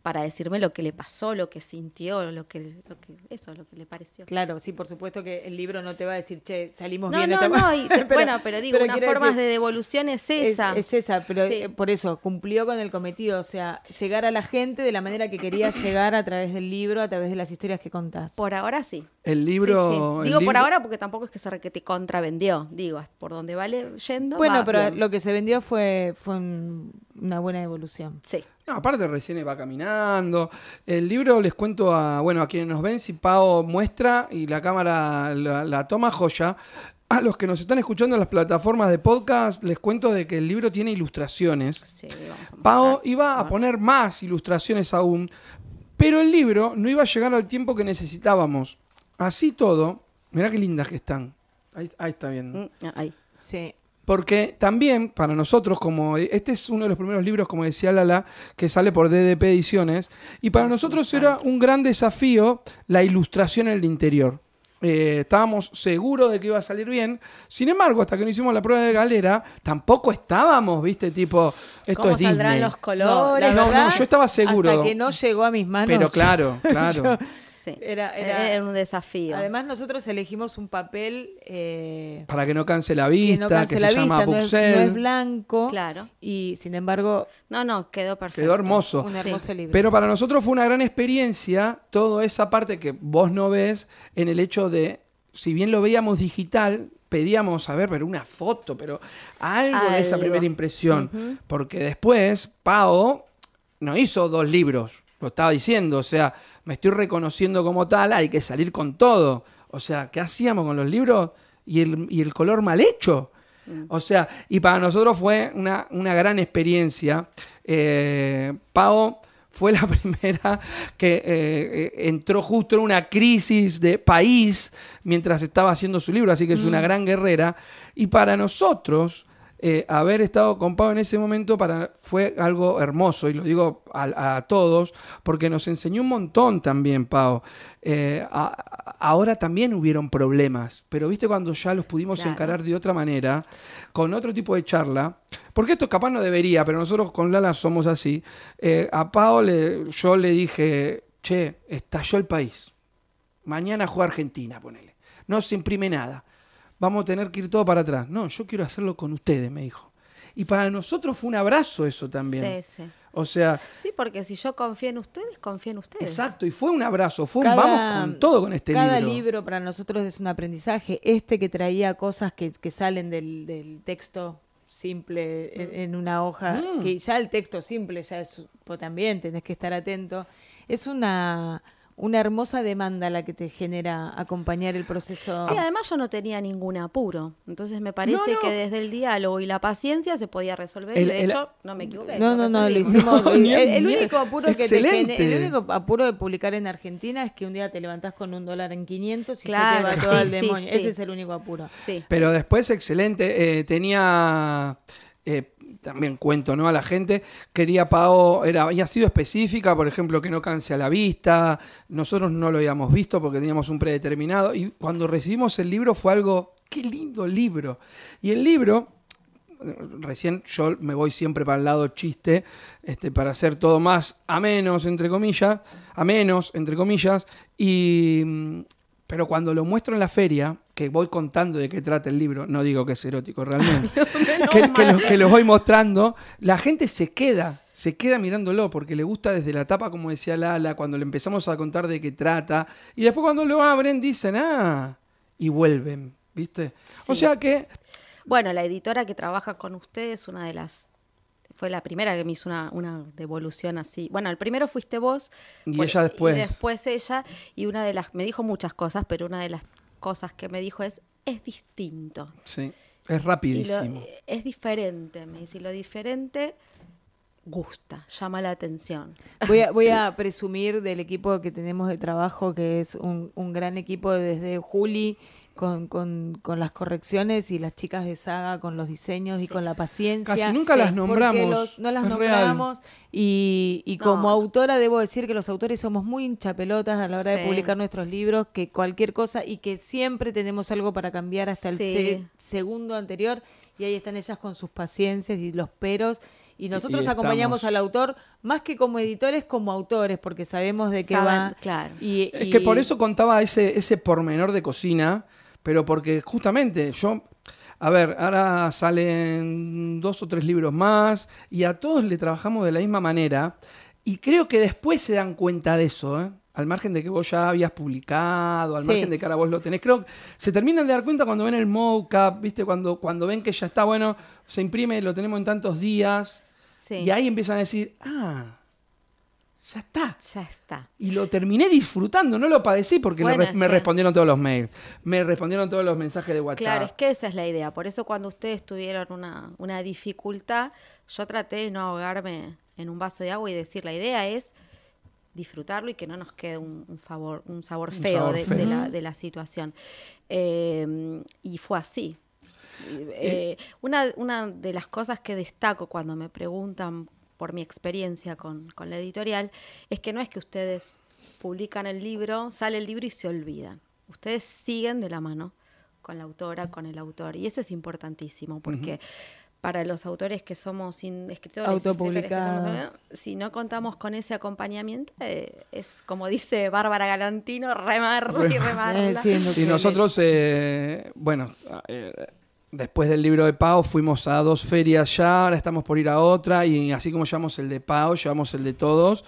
para decirme lo que le pasó, lo que sintió, lo que, lo que eso, lo que le pareció. Claro, sí, por supuesto que el libro no te va a decir, che, salimos No, bien. no, esta... no, y te- pero, bueno, pero digo, pero una quiero forma decir, de devolución es esa. Es, es esa, pero Sí. eh, por eso, cumplió con el cometido, o sea, llegar a la gente de la manera que quería llegar a través del libro, a través de las historias que contás. Por ahora sí. El libro... Sí, sí. el Digo por libro- ahora porque tampoco es que se re- que te contravendió. Digo, por donde va yendo. Bueno, va pero bien. lo que se vendió fue, fue un- una buena evolución. Sí. No, aparte recién va caminando. El libro les cuento a, bueno, a quienes nos ven, si Pau muestra y la cámara la, la toma, joya. A los que nos están escuchando en las plataformas de podcast, les cuento de que el libro tiene ilustraciones. Sí, vamos a Pau mostrar. iba a poner más ilustraciones aún, pero el libro no iba a llegar al tiempo que necesitábamos. Así todo, mirá qué lindas que están. Ahí, ahí está viendo. Mm, ahí. Sí. Porque también para nosotros, como este es uno de los primeros libros, como decía Lala, que sale por D D P Ediciones, y para nosotros era un gran desafío la ilustración en el interior. Eh, estábamos seguros de que iba a salir bien. Sin embargo, hasta que no hicimos la prueba de galera, tampoco estábamos, viste, tipo, esto ¿Cómo es saldrán Disney. los colores? la No, verdad, no, yo estaba seguro. Hasta que no llegó a mis manos. Pero claro, claro. yo- Sí. Era- era- Era un desafío. Además, nosotros elegimos un papel eh, Para que no canse la que vista, no que, canse se la llama vista, no es, Buxel. no es blanco. Claro. Y sin embargo, No, no, quedó perfecto. Quedó hermoso. un hermoso libro. Pero para nosotros fue una gran experiencia toda esa parte que vos no ves en el hecho de, si bien lo veíamos digital, pedíamos, a ver, pero una foto, pero algo, de esa Algo. primera impresión. Ujú. Porque después, Pau no hizo dos libros, lo estaba diciendo, o sea, me estoy reconociendo como tal, hay que salir con todo. O sea, ¿qué hacíamos con los libros y el, y el color mal hecho? O sea, y para nosotros fue una, una gran experiencia. Eh, Pau fue la primera que eh, eh, entró justo en una crisis de país mientras estaba haciendo su libro, así que es una gran guerrera. Y para nosotros, eh, haber estado con Pau en ese momento para, fue algo hermoso, y lo digo a, a todos, porque nos enseñó un montón también, Pau. Eh, a- a- ahora también hubieron problemas, pero viste cuando ya los pudimos Claro. encarar de otra manera, con otro tipo de charla, porque esto capaz no debería, pero nosotros con Lala somos así. Eh, a Pau le, yo le dije, che, estalló el país, mañana juega Argentina, ponele, no se imprime nada, vamos a tener que ir todo para atrás. No, yo quiero hacerlo con ustedes, me dijo. Y para nosotros fue un abrazo eso también. Sí, sí. O sea, Sí, porque si yo confío en ustedes, confío en ustedes. exacto, y fue un abrazo, fue un Cada- vamos con todo con este cada libro. libro para nosotros es un aprendizaje. Este que traía cosas que, que salen del, del texto simple en, en una hoja, Mm. que ya el texto simple ya es, pues también tenés que estar atento. Es una, una hermosa demanda la que te genera acompañar el proceso. Sí, además yo no tenía ningún apuro. Entonces me parece No, no. que desde el diálogo y la paciencia se podía resolver. El- y de el- hecho, no me equivoqué. No, no, no, lo resolvimos. hicimos. No, el, ni- el ni- único apuro que te excelente. genera, el único apuro de publicar en Argentina es que un día te levantás con un dólar en quinientos y Claro, se te va sí, todo al sí, demonio. sí. Ese es el único apuro. Sí. Pero después, excelente, eh, tenía... eh, también cuento, ¿no? A la gente, quería Pau, era, había sido específica, por ejemplo, que no canse a la vista. Nosotros no lo habíamos visto porque teníamos un predeterminado. Y cuando recibimos el libro fue algo, qué lindo libro. Y el libro, eh, recién yo me voy siempre para el lado chiste, este, para hacer todo más a menos, entre comillas, a menos, entre comillas. Y, mm, pero cuando lo muestro en la feria, que voy contando de qué trata el libro, no digo que es erótico realmente, que, que lo, que lo voy mostrando, la gente se queda, se queda mirándolo porque le gusta desde la tapa, como decía Lala, cuando le empezamos a contar de qué trata, y después cuando lo abren dicen, ah, y vuelven, ¿viste? O Sí. sea que, Bueno, la editora que trabaja con ustedes, una de las... Fue la primera que me hizo una, una devolución así. Bueno, el primero fuiste vos. Y por- ella después. Y después ella. Y una de las... Me dijo muchas cosas, pero una de las cosas que me dijo es, es distinto. sí, es Y lo- rapidísimo. es diferente, me dice. Y lo diferente gusta, llama la atención. Voy a, voy a presumir del equipo que tenemos de trabajo, que es un, un gran equipo desde Juli con, con, con las correcciones y las chicas de Saga con los diseños y Sí. con la paciencia. Casi nunca Sí, las porque nombramos, los- no las es nombramos y, y No. como autora debo decir que los autores somos muy hinchapelotas a la hora de Sí. publicar nuestros libros, que cualquier cosa y que siempre tenemos algo para cambiar hasta el Sí. se- segundo anterior y ahí están ellas con sus paciencias y los peros. Y nosotros Y acompañamos estamos- al autor más que como editores, como autores, porque sabemos de qué Saben, va. claro. Y, Es y- que por eso contaba ese, ese pormenor de cocina, pero porque justamente yo, a ver, ahora salen dos o tres libros más y a todos le trabajamos de la misma manera y creo que después se dan cuenta de eso, ¿eh? Al margen de que vos ya habías publicado, al Sí. margen de que ahora vos lo tenés, creo que se terminan de dar cuenta cuando ven el mockup, ¿viste? Cuando, cuando ven que ya está, bueno, se imprime, lo tenemos en tantos días Sí. y ahí empiezan a decir, ah, ya está. Ya está. Y lo terminé disfrutando, no lo padecí porque Bueno, me, re- es me que- respondieron todos los mails, me respondieron todos los mensajes de WhatsApp. Claro, es que esa es la idea. Por eso cuando ustedes tuvieron una, una dificultad, yo traté de no ahogarme en un vaso de agua y decir, la idea es disfrutarlo y que no nos quede un, un, favor, un sabor Un feo, sabor de, feo. de la, de la situación. Eh, y fue así. Eh, una, una de las cosas que destaco cuando me preguntan por mi experiencia con, con la editorial es que no es que ustedes publican el libro, sale el libro y se olvidan. Ustedes siguen de la mano con la autora, con el autor. Y eso es importantísimo porque Ujú. para los autores que somos in- escritores, Autopublicados. escritores que somos, eh, si no contamos con ese acompañamiento, eh, es como dice Bárbara Galantino, remarla y remarla. Eh, sí, en lo Y que- nosotros, eh, bueno, eh, después del libro de Pau fuimos a dos ferias ya, ahora estamos por ir a otra y así como llevamos el de Pau, llevamos el de todos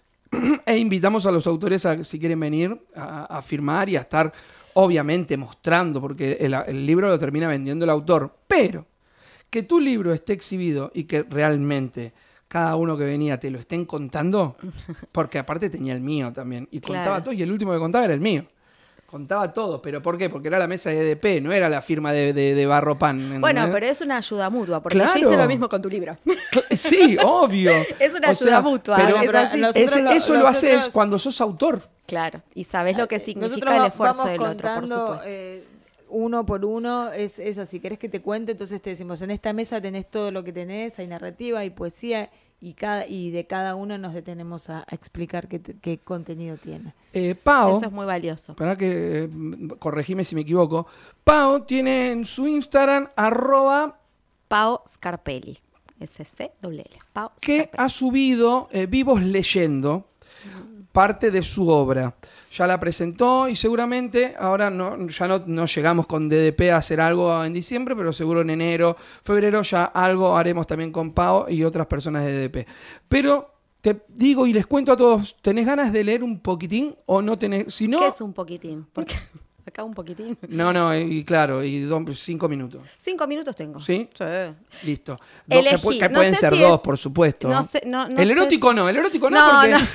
e invitamos a los autores a si quieren venir a, a firmar y a estar obviamente mostrando, porque el, el libro lo termina vendiendo el autor, pero que tu libro esté exhibido y que realmente cada uno que venía te lo estén contando, porque aparte tenía el mío también, y Claro. contaba todo, y el último que contaba era el mío. Contaba todo, pero ¿por qué? Porque era la mesa de E D P, no era la firma de, de, de Barro Pan. ¿entendés? Bueno, pero es una ayuda mutua, porque Claro. yo hice lo mismo con tu libro. Cl- Sí, obvio. Es una O ayuda sea, mutua, Pero es así. nosotros ese- lo- eso lo nosotros- haces cuando sos autor. Claro, y sabes lo que Nosotros significa el va- esfuerzo vamos del otro, por contando, supuesto. eh, uno por uno, es eso, si querés que te cuente, entonces te decimos, en esta mesa tenés todo lo que tenés, hay narrativa, hay poesía, y cada y de cada uno nos detenemos a, a explicar qué, te- qué contenido tiene. Eh, Pau, Eso es muy valioso. para que eh, corregime si me equivoco, Pau tiene en su Instagram arroba Pao Scarpelli. S C L L. Pao que Scarpelli. ha subido eh, Vivos Leyendo parte de su obra. Ya la presentó y seguramente ahora no, ya no, no llegamos con D D P a hacer algo en diciembre, pero seguro en enero, febrero ya algo haremos también con Pau y otras personas de D D P. Pero te digo y les cuento a todos, ¿tenés ganas de leer un poquitín o no tenés? Si no, ¿Qué es un poquitín? Porque acá un poquitín. no, no, y claro, y do- cinco minutos. Cinco minutos tengo. ¿Sí? Sí. Listo. Do- que, Elegí. pu- que No pueden sé ser si dos, es- por supuesto. No sé, no, no el sé erótico si- no, el erótico no, No, porque... no.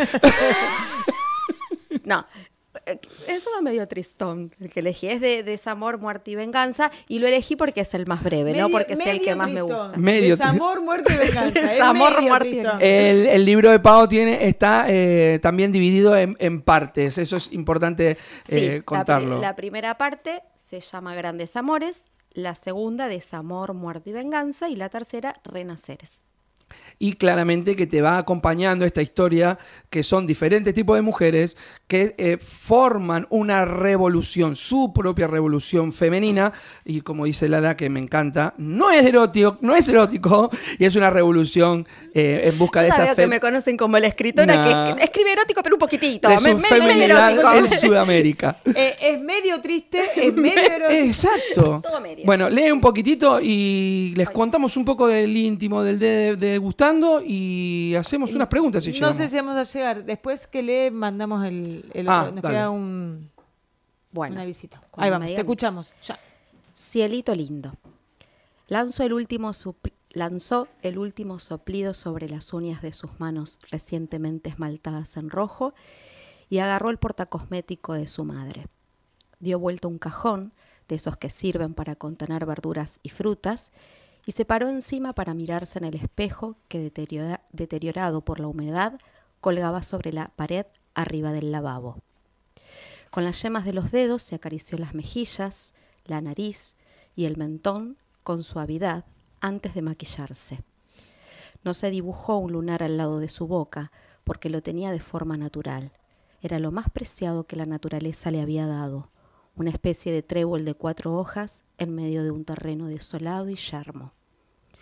No. Es uno medio tristón el que elegí. Es de Desamor, Muerte y Venganza. Y lo elegí porque es el más breve, Medio- no porque es el medio que más me tristón. gusta. Medio Desamor, muerte y venganza. es Desamor, medio muerte y tristón. venganza. El, el libro de Pau tiene, está eh, también dividido en, en partes. Eso es importante Sí, eh, la pri- contarlo. La, primera parte se llama Grandes Amores, la segunda Desamor, Muerte y Venganza y la tercera Renaceres. Y claramente que te va acompañando esta historia, que son diferentes tipos de mujeres que eh, forman una revolución, su propia revolución femenina. Y como dice Lala, que me encanta, no es erótico, no es erótico, y es una revolución eh, en busca Yo de ya esa veo que me conocen como la escritora Nah. que, que escribe erótico, pero un poquitito. de Me- su me- medio feminidad erótico. en Sudamérica. Eh, es medio triste, es medio erótico. Exacto. Todo medio. Bueno, lee un poquitito y les contamos un poco del íntimo del de, de Gustando y hacemos unas preguntas si No llegamos. sé si vamos a llegar. Después que lee, mandamos el, el Ah, otro. Nos dale. queda un, Bueno, una visita. cuando Ahí me vamos, te digan. escuchamos. Ya. Cielito lindo. Lanzó el último supl- lanzó el último soplido sobre las uñas de sus manos recientemente esmaltadas en rojo y agarró el portacosmético de su madre. Dio vuelta un cajón, de esos que sirven para contener verduras y frutas, y se paró encima para mirarse en el espejo que, deteriora- deteriorado por la humedad, colgaba sobre la pared arriba del lavabo. Con las yemas de los dedos se acarició las mejillas, la nariz y el mentón con suavidad antes de maquillarse. No se dibujó un lunar al lado de su boca porque lo tenía de forma natural. Era lo más preciado que la naturaleza le había dado, una especie de trébol de cuatro hojas en medio de un terreno desolado y yermo.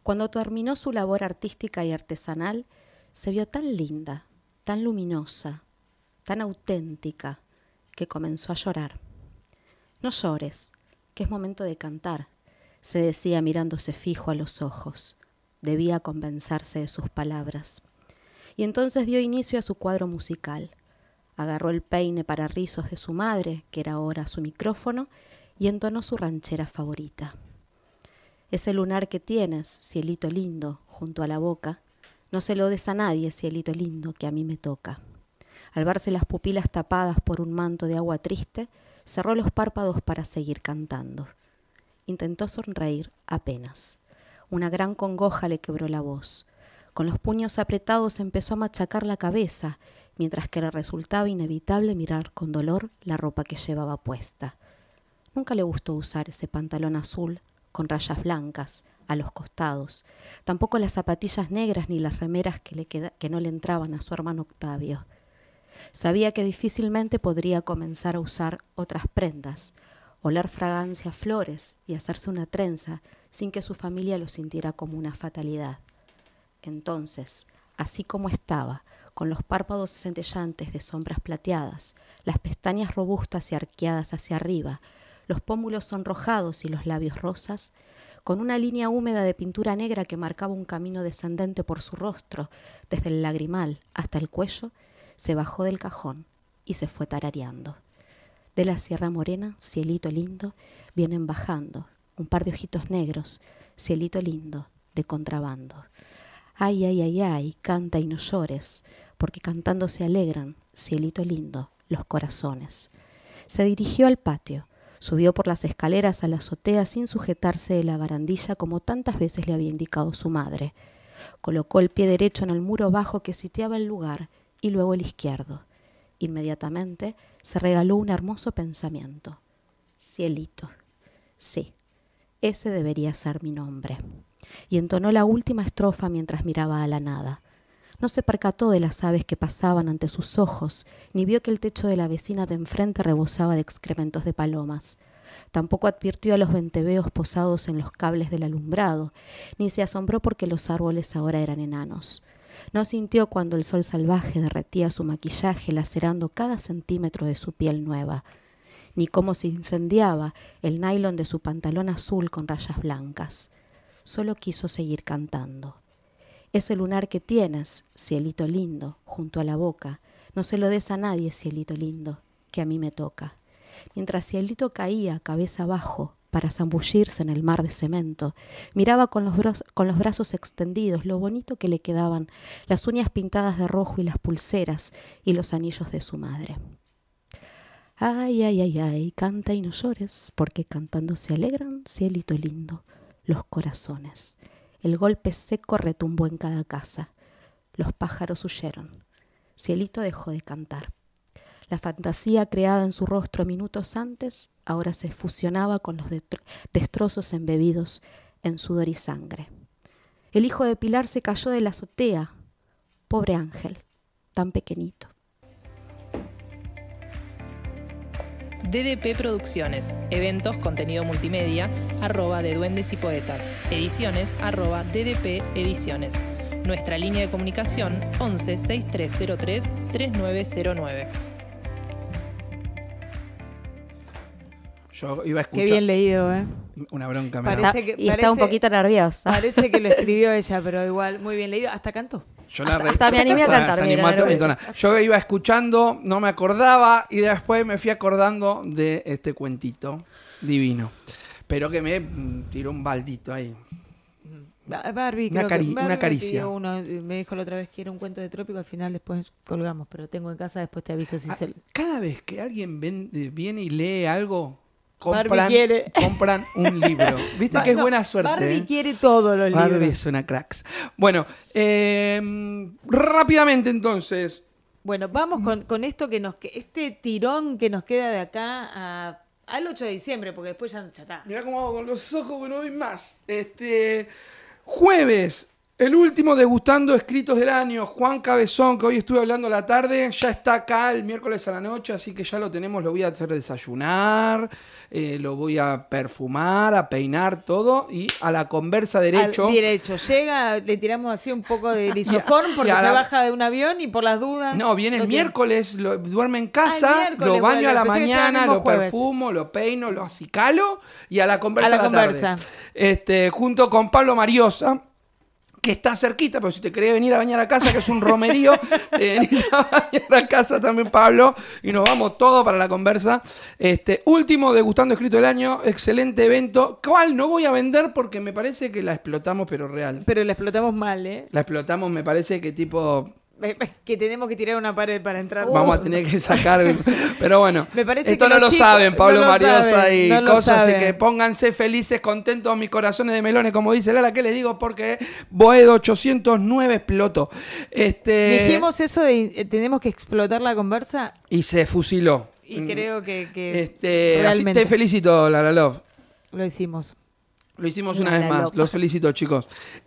Cuando terminó su labor artística y artesanal, se vio tan linda, tan luminosa, tan auténtica, que comenzó a llorar. No llores, que es momento de cantar, se decía mirándose fijo a los ojos. Debía convencerse de sus palabras. Y entonces dio inicio a su cuadro musical. Agarró el peine para rizos de su madre, que era ahora su micrófono, y entonó su ranchera favorita. Ese lunar que tienes, cielito lindo, junto a la boca, no se lo des a nadie, cielito lindo, que a mí me toca. Al verse las pupilas tapadas por un manto de agua triste, cerró los párpados para seguir cantando. Intentó sonreír apenas. Una gran congoja le quebró la voz. Con los puños apretados empezó a machacar la cabeza, mientras que le resultaba inevitable mirar con dolor la ropa que llevaba puesta. Nunca le gustó usar ese pantalón azul con rayas blancas a los costados, tampoco las zapatillas negras ni las remeras que, le queda, que no le entraban a su hermano Octavio. Sabía que difícilmente podría comenzar a usar otras prendas, oler fragancia a flores y hacerse una trenza sin que su familia lo sintiera como una fatalidad. Entonces, así como estaba, con los párpados centellantes de sombras plateadas, las pestañas robustas y arqueadas hacia arriba, los pómulos sonrojados y los labios rosas, con una línea húmeda de pintura negra que marcaba un camino descendente por su rostro, desde el lagrimal hasta el cuello, se bajó del cajón y se fue tarareando. De la Sierra Morena, cielito lindo, vienen bajando un par de ojitos negros, cielito lindo, de contrabando. Ay, ay, ay, ay, canta y no llores, porque cantando se alegran, cielito lindo, los corazones. Se dirigió al patio, subió por las escaleras a la azotea sin sujetarse de la barandilla como tantas veces le había indicado su madre. Colocó el pie derecho en el muro bajo que sitiaba el lugar y luego el izquierdo. Inmediatamente se regaló un hermoso pensamiento. Cielito. Sí, ese debería ser mi nombre. Y entonó la última estrofa mientras miraba a la nada. No se percató de las aves que pasaban ante sus ojos, ni vio que el techo de la vecina de enfrente rebosaba de excrementos de palomas. Tampoco advirtió a los venteveos posados en los cables del alumbrado, ni se asombró porque los árboles ahora eran enanos. No sintió cuando el sol salvaje derretía su maquillaje lacerando cada centímetro de su piel nueva, ni cómo se incendiaba el nylon de su pantalón azul con rayas blancas. Solo quiso seguir cantando. Ese lunar que tienes, cielito lindo, junto a la boca, no se lo des a nadie, cielito lindo, que a mí me toca. Mientras cielito caía cabeza abajo para zambullirse en el mar de cemento, miraba con los, bra- con los brazos extendidos lo bonito que le quedaban las uñas pintadas de rojo y las pulseras y los anillos de su madre. Ay, ay, ay, ay, canta y no llores, porque cantando se alegran, cielito lindo, los corazones. El golpe seco retumbó en cada casa. Los pájaros huyeron. Cielito dejó de cantar. La fantasía creada en su rostro minutos antes ahora se fusionaba con los destrozos embebidos en sudor y sangre. El hijo de Pilar se cayó de la azotea. Pobre ángel, tan pequeñito. D D P Producciones, eventos, contenido multimedia, arroba de Duendes y Poetas, ediciones, arroba D D P Ediciones. Nuestra línea de comunicación once sesenta y tres cero tres treinta y nueve cero nueve. Yo iba a escuchar. Qué bien leído, ¿eh? Una bronca me Parece da. que- y parece- está un poquito nerviosa. Parece que lo escribió ella, pero igual, muy bien leído. Hasta cantó. Yo la re- hasta me animé a Ah, cantar, se mira, animó a nervioso. entonar. Yo iba escuchando, no me acordaba y después me fui acordando de este cuentito divino. Pero que me mm, tiró un baldito ahí. Ba- Barbie, Una creo cari- que, Barbie una me caricia. pidió uno, me dijo la otra vez que era un cuento de trópico, al final después colgamos, pero tengo en casa, después te aviso si Ah, se... Cada vez que alguien ven- eh, viene y lee algo, Barbie compran, quiere. compran un libro. ¿Viste Ba- que es no, buena suerte? Barbie eh? quiere todos los Barbie libros. es una cracks. Bueno, eh, rápidamente entonces. Bueno, vamos con, con esto que nos... que este tirón que nos queda de acá a, al ocho de diciembre, porque después ya, ya está. Mirá cómo hago con los ojos que no vi más. Este jueves El último degustando escritos del año, Juan Cabezón, que hoy estuve hablando a la tarde, ya está acá el miércoles a la noche, así que ya lo tenemos, lo voy a hacer desayunar, eh, lo voy a perfumar, a peinar todo y a la conversa derecho. Al derecho, llega, le tiramos así un poco de lisoform porque se la... baja de un avión y por las dudas. No, viene el miércoles, lo, duerme en casa, ah, lo baño bueno, a la pensé mañana, lo jueves. perfumo, lo peino, lo acicalo y a la conversa a la, a la conversa. tarde. Este, junto con Pablo Mariosa, que está cerquita, pero si te querés venir a bañar a casa, que es un romerío, te venís a bañar a casa también, Pablo, y nos vamos todos para la conversa. Este, último Degustando Escrito del Año, excelente evento, cual no voy a vender porque me parece que la explotamos, pero real. Pero la explotamos mal, ¿eh? La explotamos, me parece que tipo... Que tenemos que tirar una pared para entrar. Vamos uh. a tener que sacar. Pero bueno, me parece esto que no lo chicos, saben, Pablo no Mariosa saben, y no cosas. Así que pónganse felices, contentos, mis corazones de melones, como dice Lala, ¿qué les digo? Porque Boedo ochocientos nueve explotó. Este... Dijimos eso de eh, tenemos que explotar la conversa. Y se fusiló. Y creo que. que este, así te felicito, Lala Love. Lo hicimos. Lo hicimos una Lala vez más. Love. Los felicito, chicos.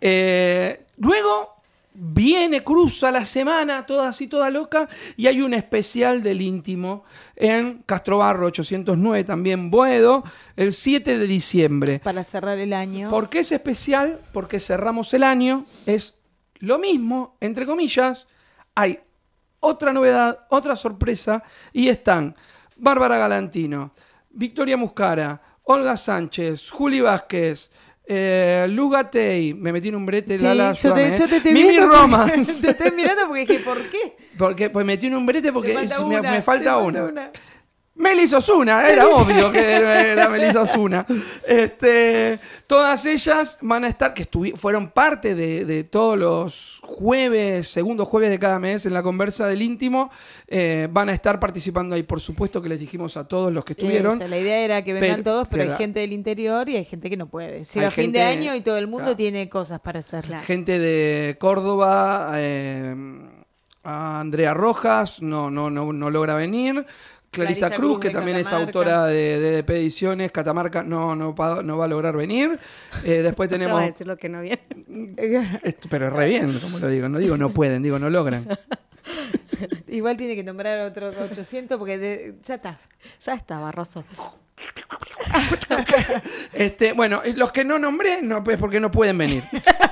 Eh, luego. Viene, cruza la semana, toda así, toda loca, y hay un especial del íntimo en Castrobarro ochocientos nueve, también Boedo, el siete de diciembre. Para cerrar el año. ¿Por qué es especial? Porque cerramos el año, es lo mismo, entre comillas, hay otra novedad, otra sorpresa, y están Bárbara Galantino, Victoria Muscara, Olga Sánchez, Juli Vázquez, Eh, Luz Gatey, me metí en un brete, sí, Lala, yo te, yo te estoy Mimi Romance. Te estoy mirando porque dije, ¿por qué? Porque pues metí en un brete porque falta me, una, me falta una. una. Melis Osuna, era obvio que era, era Melis Osuna. Este, todas ellas van a estar, que fueron parte de, de todos los jueves, segundo jueves de cada mes en la conversa del íntimo, eh, van a estar participando ahí. Por supuesto que les dijimos a todos los que estuvieron. Esa, la idea era que vengan pero, todos, pero pero hay gente del interior y hay gente que no puede. Llega hay fin gente, de año y todo el mundo claro, tiene cosas para hacer. Claro. Gente de Córdoba, eh, a Andrea Rojas, no, no, no, no logra venir. Clarisa, Clarisa Cruz, Cruz que también Catamarca. Es autora de D D P Ediciones, Catamarca no, no, no va a lograr venir. Eh, después tenemos... No va a decir lo que no viene. Pero re bien, como lo digo. No digo no pueden, digo no logran. Igual tiene que nombrar otro ochocientos porque de, ya está. Ya está, Barroso. Este, bueno, los que no nombré, no, pues porque no pueden venir.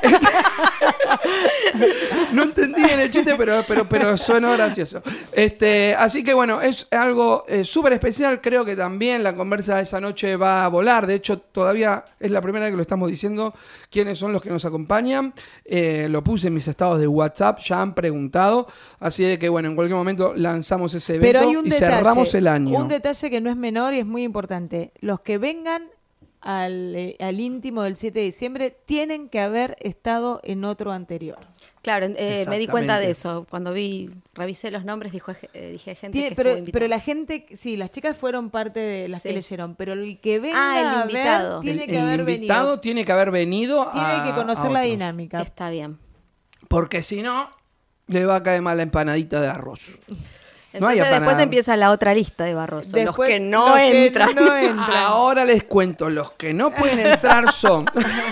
No entendí bien el chiste, pero, pero, pero suena gracioso. Este, así que bueno, es algo eh, súper especial. Creo que también la conversa de esa noche va a volar. De hecho, todavía es la primera vez que lo estamos diciendo quiénes son los que nos acompañan. Eh, lo puse en mis estados de WhatsApp, ya han preguntado. Así de que bueno, en cualquier momento lanzamos ese evento pero hay un y detalle, cerramos el año. Un detalle que no es menor y es muy importante. Los que vengan al, eh, al íntimo del siete de diciembre tienen que haber estado en otro anterior. Claro, eh, me di cuenta de eso. Cuando vi, revisé los nombres, dijo, eh, dije gente Tiene, que pero, estuvo invitada. Pero la gente, sí, las chicas fueron parte de las sí. que leyeron, pero el que venga ah, el a invitado. ver tiene el, que el haber invitado venido. tiene que haber venido a, Tiene que conocer la dinámica. Está bien. Porque si no, le va a caer mal la empanadita de arroz. Entonces no después empieza la otra lista de Barroso, después, los que no los entran. Que no entran. Ahora les cuento, los que no pueden entrar son...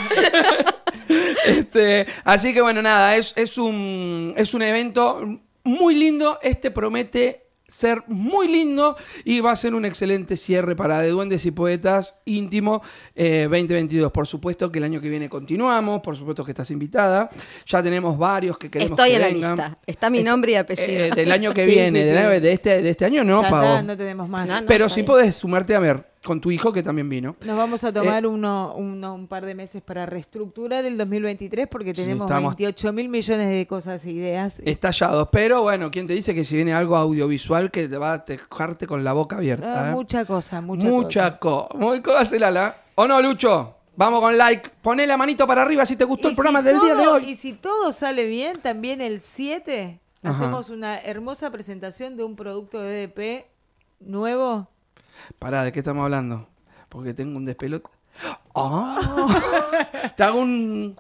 este, así que bueno, nada, es, es, un, es un evento muy lindo. Este promete ser muy lindo y va a ser un excelente cierre para De Duendes y Poetas íntimo eh, veinte veintidós. Por supuesto que el año que viene continuamos, por supuesto que estás invitada. Ya tenemos varios que queremos Estoy que en vengan. la lista, está mi nombre y apellido. Eh, del año que sí, viene, sí, sí. De, de, este, de este año no, ya Pavo. está, no tenemos más. No, no, pero sí bien. podés sumarte a ver con tu hijo que también vino. Nos vamos a tomar eh, uno, uno, un par de meses para reestructurar el dos mil veintitrés porque tenemos sí, estamos, veintiocho mil millones de cosas e ideas. Estallados. Pero bueno, ¿quién te dice que si viene algo audiovisual que te va a dejarte con la boca abierta? Ah, eh? Mucha cosa, mucha, mucha cosa. Co. Muy cosa, Lala. ¿O no, Lucho? Vamos con like. Poné la manito para arriba si te gustó y el programa si del todo, día de hoy. Y si todo sale bien, también el siete Ajá. hacemos una hermosa presentación de un producto de D D P nuevo. Pará, ¿de qué estamos hablando? Porque tengo un despelote. ¡Oh! Te hago un...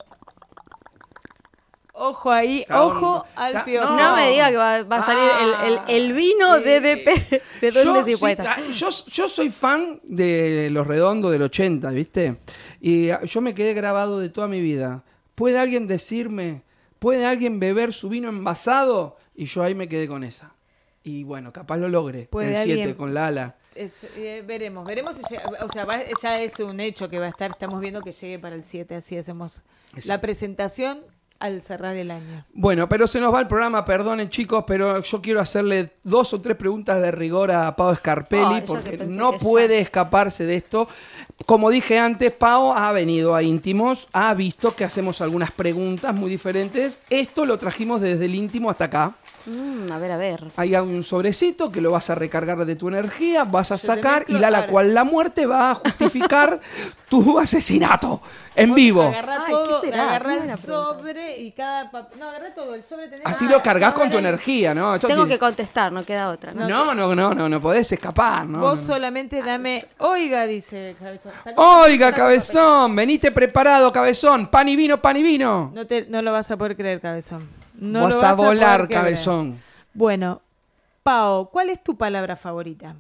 Ojo ahí, Está ojo un- al está- piojo. No, no me diga que va, va a salir Ah, el, el, el vino sí. D D P de Yo, Duendes y sí, Poetas. ah, yo, yo soy fan de Los Redondos del ochenta, ¿viste? Y ah, yo me quedé grabado de toda mi vida. ¿puede alguien decirme, puede alguien beber su vino envasado? Y yo ahí me quedé con esa. Y bueno, capaz lo logre. ¿Puede El alguien- siete con Lala. Es- eh, veremos, veremos si llega- o sea, va- ya es un hecho que va a estar, estamos viendo que llegue para el siete, así hacemos Exacto. la presentación al cerrar el año. Bueno, pero se nos va el programa, perdonen chicos, pero yo quiero hacerle dos o tres preguntas de rigor a Pau Scarpelli, Ay, yo que porque pensé no que ya. puede escaparse de esto. Como dije antes, Pau ha venido a Íntimos, ha visto que hacemos algunas preguntas muy diferentes. Esto lo trajimos desde el íntimo hasta acá. Mm, a ver, a ver. Hay un sobrecito que lo vas a recargar de tu energía, vas a Se te sacar mezcla- y la, la ahora. cual la muerte va a justificar tu asesinato en vivo. Agarrá Ay, todo, ¿qué será? agarrá Qué el buena pregunta. sobre y cada... pap- No, agarrá todo, el sobre tenés... Así Ah, lo cargas con tu sobre- energía, ¿no? Esto Tengo tiene- que contestar, no queda otra. ¿no? No, no, no, no, no podés escapar, ¿no? Vos no, no. solamente dame... Oiga, dice Cabezón. Sacá- Oiga, sacá tu Cabezón, veniste preparado, Cabezón. Pan y vino, pan y vino. papel. No, te, no lo vas a poder creer, Cabezón. No Vas lo a volar, poder creer. Cabezón. Bueno, Pao, ¿cuál es tu palabra favorita?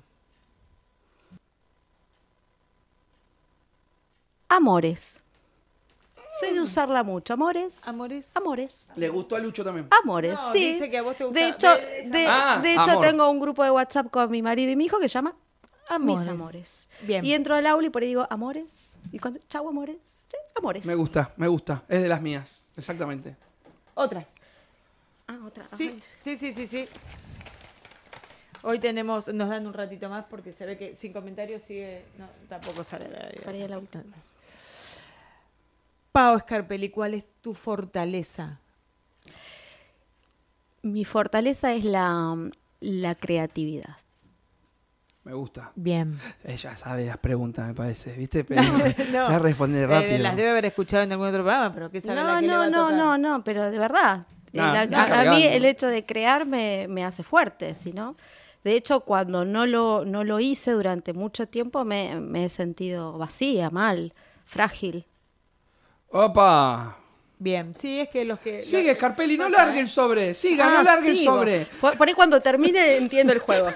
Amores. Soy de usarla mucho. Amores. Amores. Amores. Le gustó a Lucho también. Amores, No, sí. dice que a vos te gusta- De hecho, Ve, esa- de, Ah, de hecho amor. tengo un grupo de WhatsApp con mi marido y mi hijo que se llama Amores. Mis Amores. Bien. Y entro al aula y por ahí digo, amores. Y cuando, chau, amores. Sí, amores. Me gusta, me gusta. Es de las mías, exactamente. Otra. Ah, otra. Sí, Ay, sí, sí, sí, sí. Hoy tenemos, nos dan un ratito más porque se ve que sin comentarios sigue, no, tampoco sale la para ir a la última. Pao Scarpelli, ¿cuál es tu fortaleza? Mi fortaleza es la, la creatividad. Me gusta. Bien. Ella sabe las preguntas, me parece, ¿viste? Pero No. voy a responder Eh, rápido. las debe haber escuchado en algún otro programa, pero ¿qué sabe la No, que le va no, a no, tocar? no, no, pero de verdad. Eh, Ah, la- está a, a mí cargando. el hecho de crear me, me hace fuerte, ¿sí, no? De hecho, cuando no lo, no lo hice durante mucho tiempo, me, me he sentido vacía, mal, frágil. ¡Opa! Bien, sí, es que los que... Sigue, Scarpelli, no pasa, largue ¿eh? el sobre. Siga, no Ah, largue el sigo. sobre. Por, por ahí cuando termine entiendo el juego.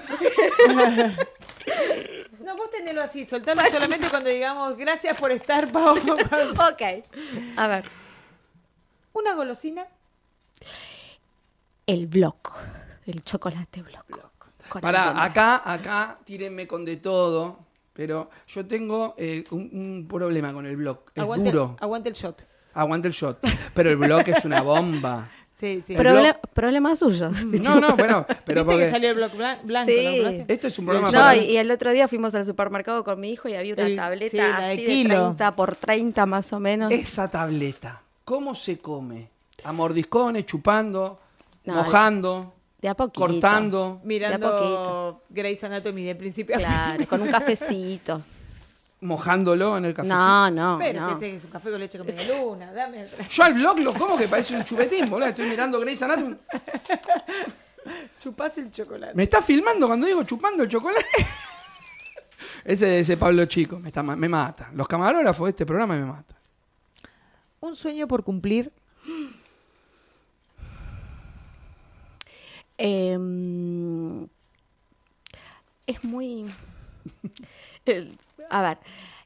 No, vos tenelo así, soltalo solamente cuando digamos gracias por estar, Pao. Ok. A ver. Una golosina. El block. El chocolate block. Con Pará, almendras. acá, acá, tírenme con de todo. Pero yo tengo eh, un, un problema con el blog. Es Aguante, duro. aguante el shot. Aguanta el shot. Pero el blog es una bomba. Sí, sí. El Proble- blog- Problema suyo. No, no, bueno, pero ¿Viste que porque salió el bloc blan- blanco? Sí. ¿no? ¿Probaste? esto es un programa No, para... y, y el otro día fuimos al supermercado con mi hijo y había una El- tableta sí, la de así de, kilo. treinta por treinta más o menos. Esa tableta, ¿cómo se come? A mordiscones, chupando, No, mojando, De a poquito. cortando. Mirando De a poquito. Grey's Anatomy de principio a fin. Claro, con un cafecito. Mojándolo en el café. No, no, Pero no. que este es un café con leche con media luna, dame otra. Yo al blog lo como que parece un chupetín, boludo. Estoy mirando Grey's Anatomy. Chupás el chocolate. ¿Me está filmando cuando digo chupando el chocolate? ese ese Pablo Chico, me, está, ma- me mata. Los camarógrafos de este programa me matan. Un sueño por cumplir. Eh, es muy... Eh, A ver.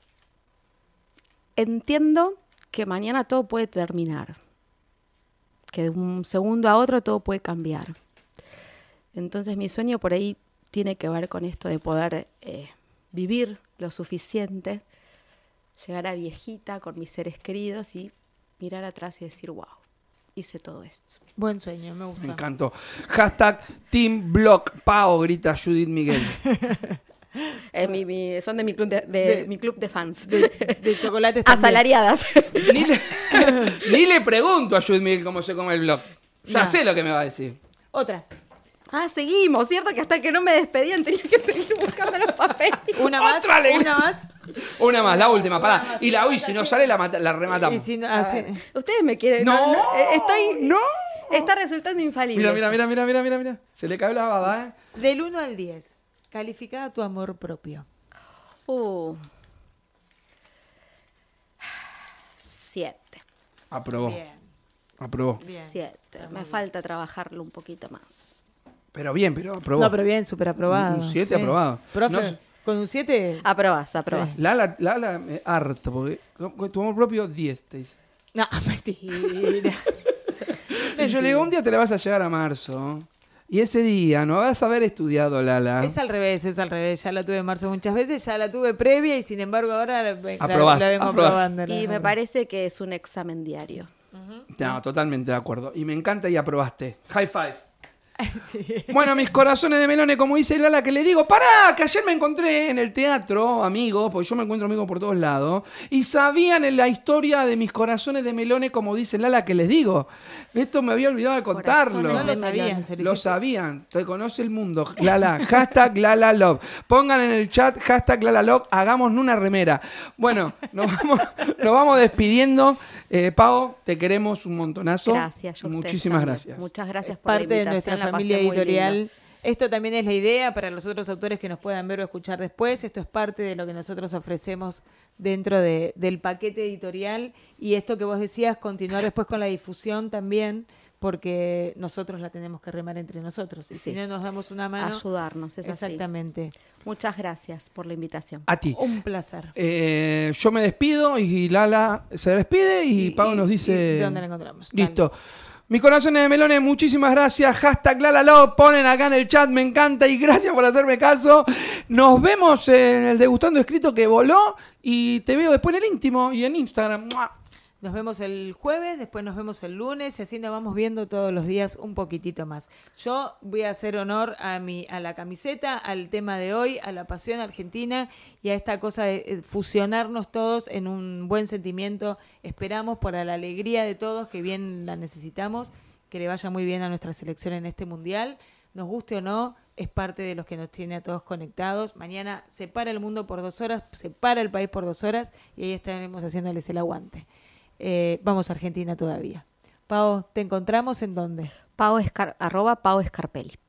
Entiendo que mañana todo puede terminar. Que de un segundo a otro todo puede cambiar. Entonces mi sueño por ahí tiene que ver con esto de poder eh, vivir lo suficiente, llegar a viejita con mis seres queridos y mirar atrás y decir, wow, hice todo esto. Buen sueño, me gusta. Me encantó. Hashtag Team Block Pao, grita Judith Miguel. Eh, mi- mi- son de mi club de, de- De- mi club de fans. De, de chocolates también. Asalariadas. Ni le, ni le pregunto a Judith Miguel cómo se come el blog. Ya No. sé lo que me va a decir. Otra. Ah, seguimos, ¿cierto? Que hasta que no me despedían tenía que seguir buscando los papeles. Una más. Otra alegría. Una más. Una más, la última, Una pará. más, Y la uy, si no sale, la, mata- la Y rematamos. si no, A así- ver, Ustedes me quieren. No, eh, estoy. no. Está resultando infalible. Mira, mira, mira, mira, mira, mira, mira. Se le cae la baba, ¿eh? Del uno al diez, calificada tu amor propio. Uh. Siete. Aprobó, Bien. aprobó. Bien. Siete. Me falta trabajarlo un poquito más. Pero bien, pero aprobó. No, pero bien, súper aprobado. Un siete aprobado. Profe, No sé. con un siete... Aprobás, aprobás. Lala, Lala, me harto, porque tu amor propio, diez, te dice. No, mentira. Y yo le digo, un día te la vas a llegar a marzo. Y ese día no vas a haber estudiado, Lala. Es al revés, es al revés. Ya la tuve en marzo muchas veces, ya la tuve previa y sin embargo ahora la, la, Aprobás, la vengo aprobás. aprobando. la Y me verdad. parece que es un examen diario. No, totalmente de acuerdo. Y me encanta y aprobaste. High five. Sí. Bueno, mis corazones de melones, como dice Lala, que le digo, pará, que ayer me encontré en el teatro, amigos, porque yo me encuentro amigos por todos lados, y sabían en la historia de mis corazones de melones, como dice Lala, que les digo. Esto me había olvidado de contarlo. Corazones No lo de sabían, melones. se Lo sabían, te conoce el mundo. Lala, hashtag Lala Love. Pongan en el chat hashtag Lala Love, hagámonos una remera. Bueno, nos vamos, nos vamos despidiendo. Eh, Pau, te queremos un montonazo. Gracias, yo a ustedes Muchísimas también. gracias. Muchas gracias Es por la parte de invitación. nuestra la pasé familia muy lindo. editorial. Esto también es la idea para los otros autores que nos puedan ver o escuchar después. Esto es parte de lo que nosotros ofrecemos dentro de, del paquete editorial. Y esto que vos decías, continuar después con la difusión también, porque nosotros la tenemos que remar entre nosotros. Y Sí. si no nos damos una mano... Ayudarnos, es así. Exactamente. Muchas gracias por la invitación. A ti. Un placer. Eh, yo me despido y Lala se despide y, Y- Pau nos y- dice... y ¿dónde la encontramos? Dale. Listo. Mis corazones de melones, muchísimas gracias. Hashtag LalaLove, ponen acá en el chat, me encanta y gracias por hacerme caso. Nos vemos en el Degustando Escrito que voló y te veo después en el íntimo y en Instagram. ¡Mua! Nos vemos el jueves, después nos vemos el lunes y así nos vamos viendo todos los días un poquitito más. Yo voy a hacer honor a mi, a la camiseta, al tema de hoy, a la pasión argentina y a esta cosa de eh, fusionarnos todos en un buen sentimiento. Esperamos por la alegría de todos, que bien la necesitamos, que le vaya muy bien a nuestra selección en este mundial. Nos guste o no, es parte de los que nos tiene a todos conectados. Mañana se para el mundo por dos horas, se para el país por dos horas y ahí estaremos haciéndoles el aguante. Eh, vamos a Argentina todavía. Pau, ¿te encontramos en dónde? Pau Escar- arroba Pau Scarpelli.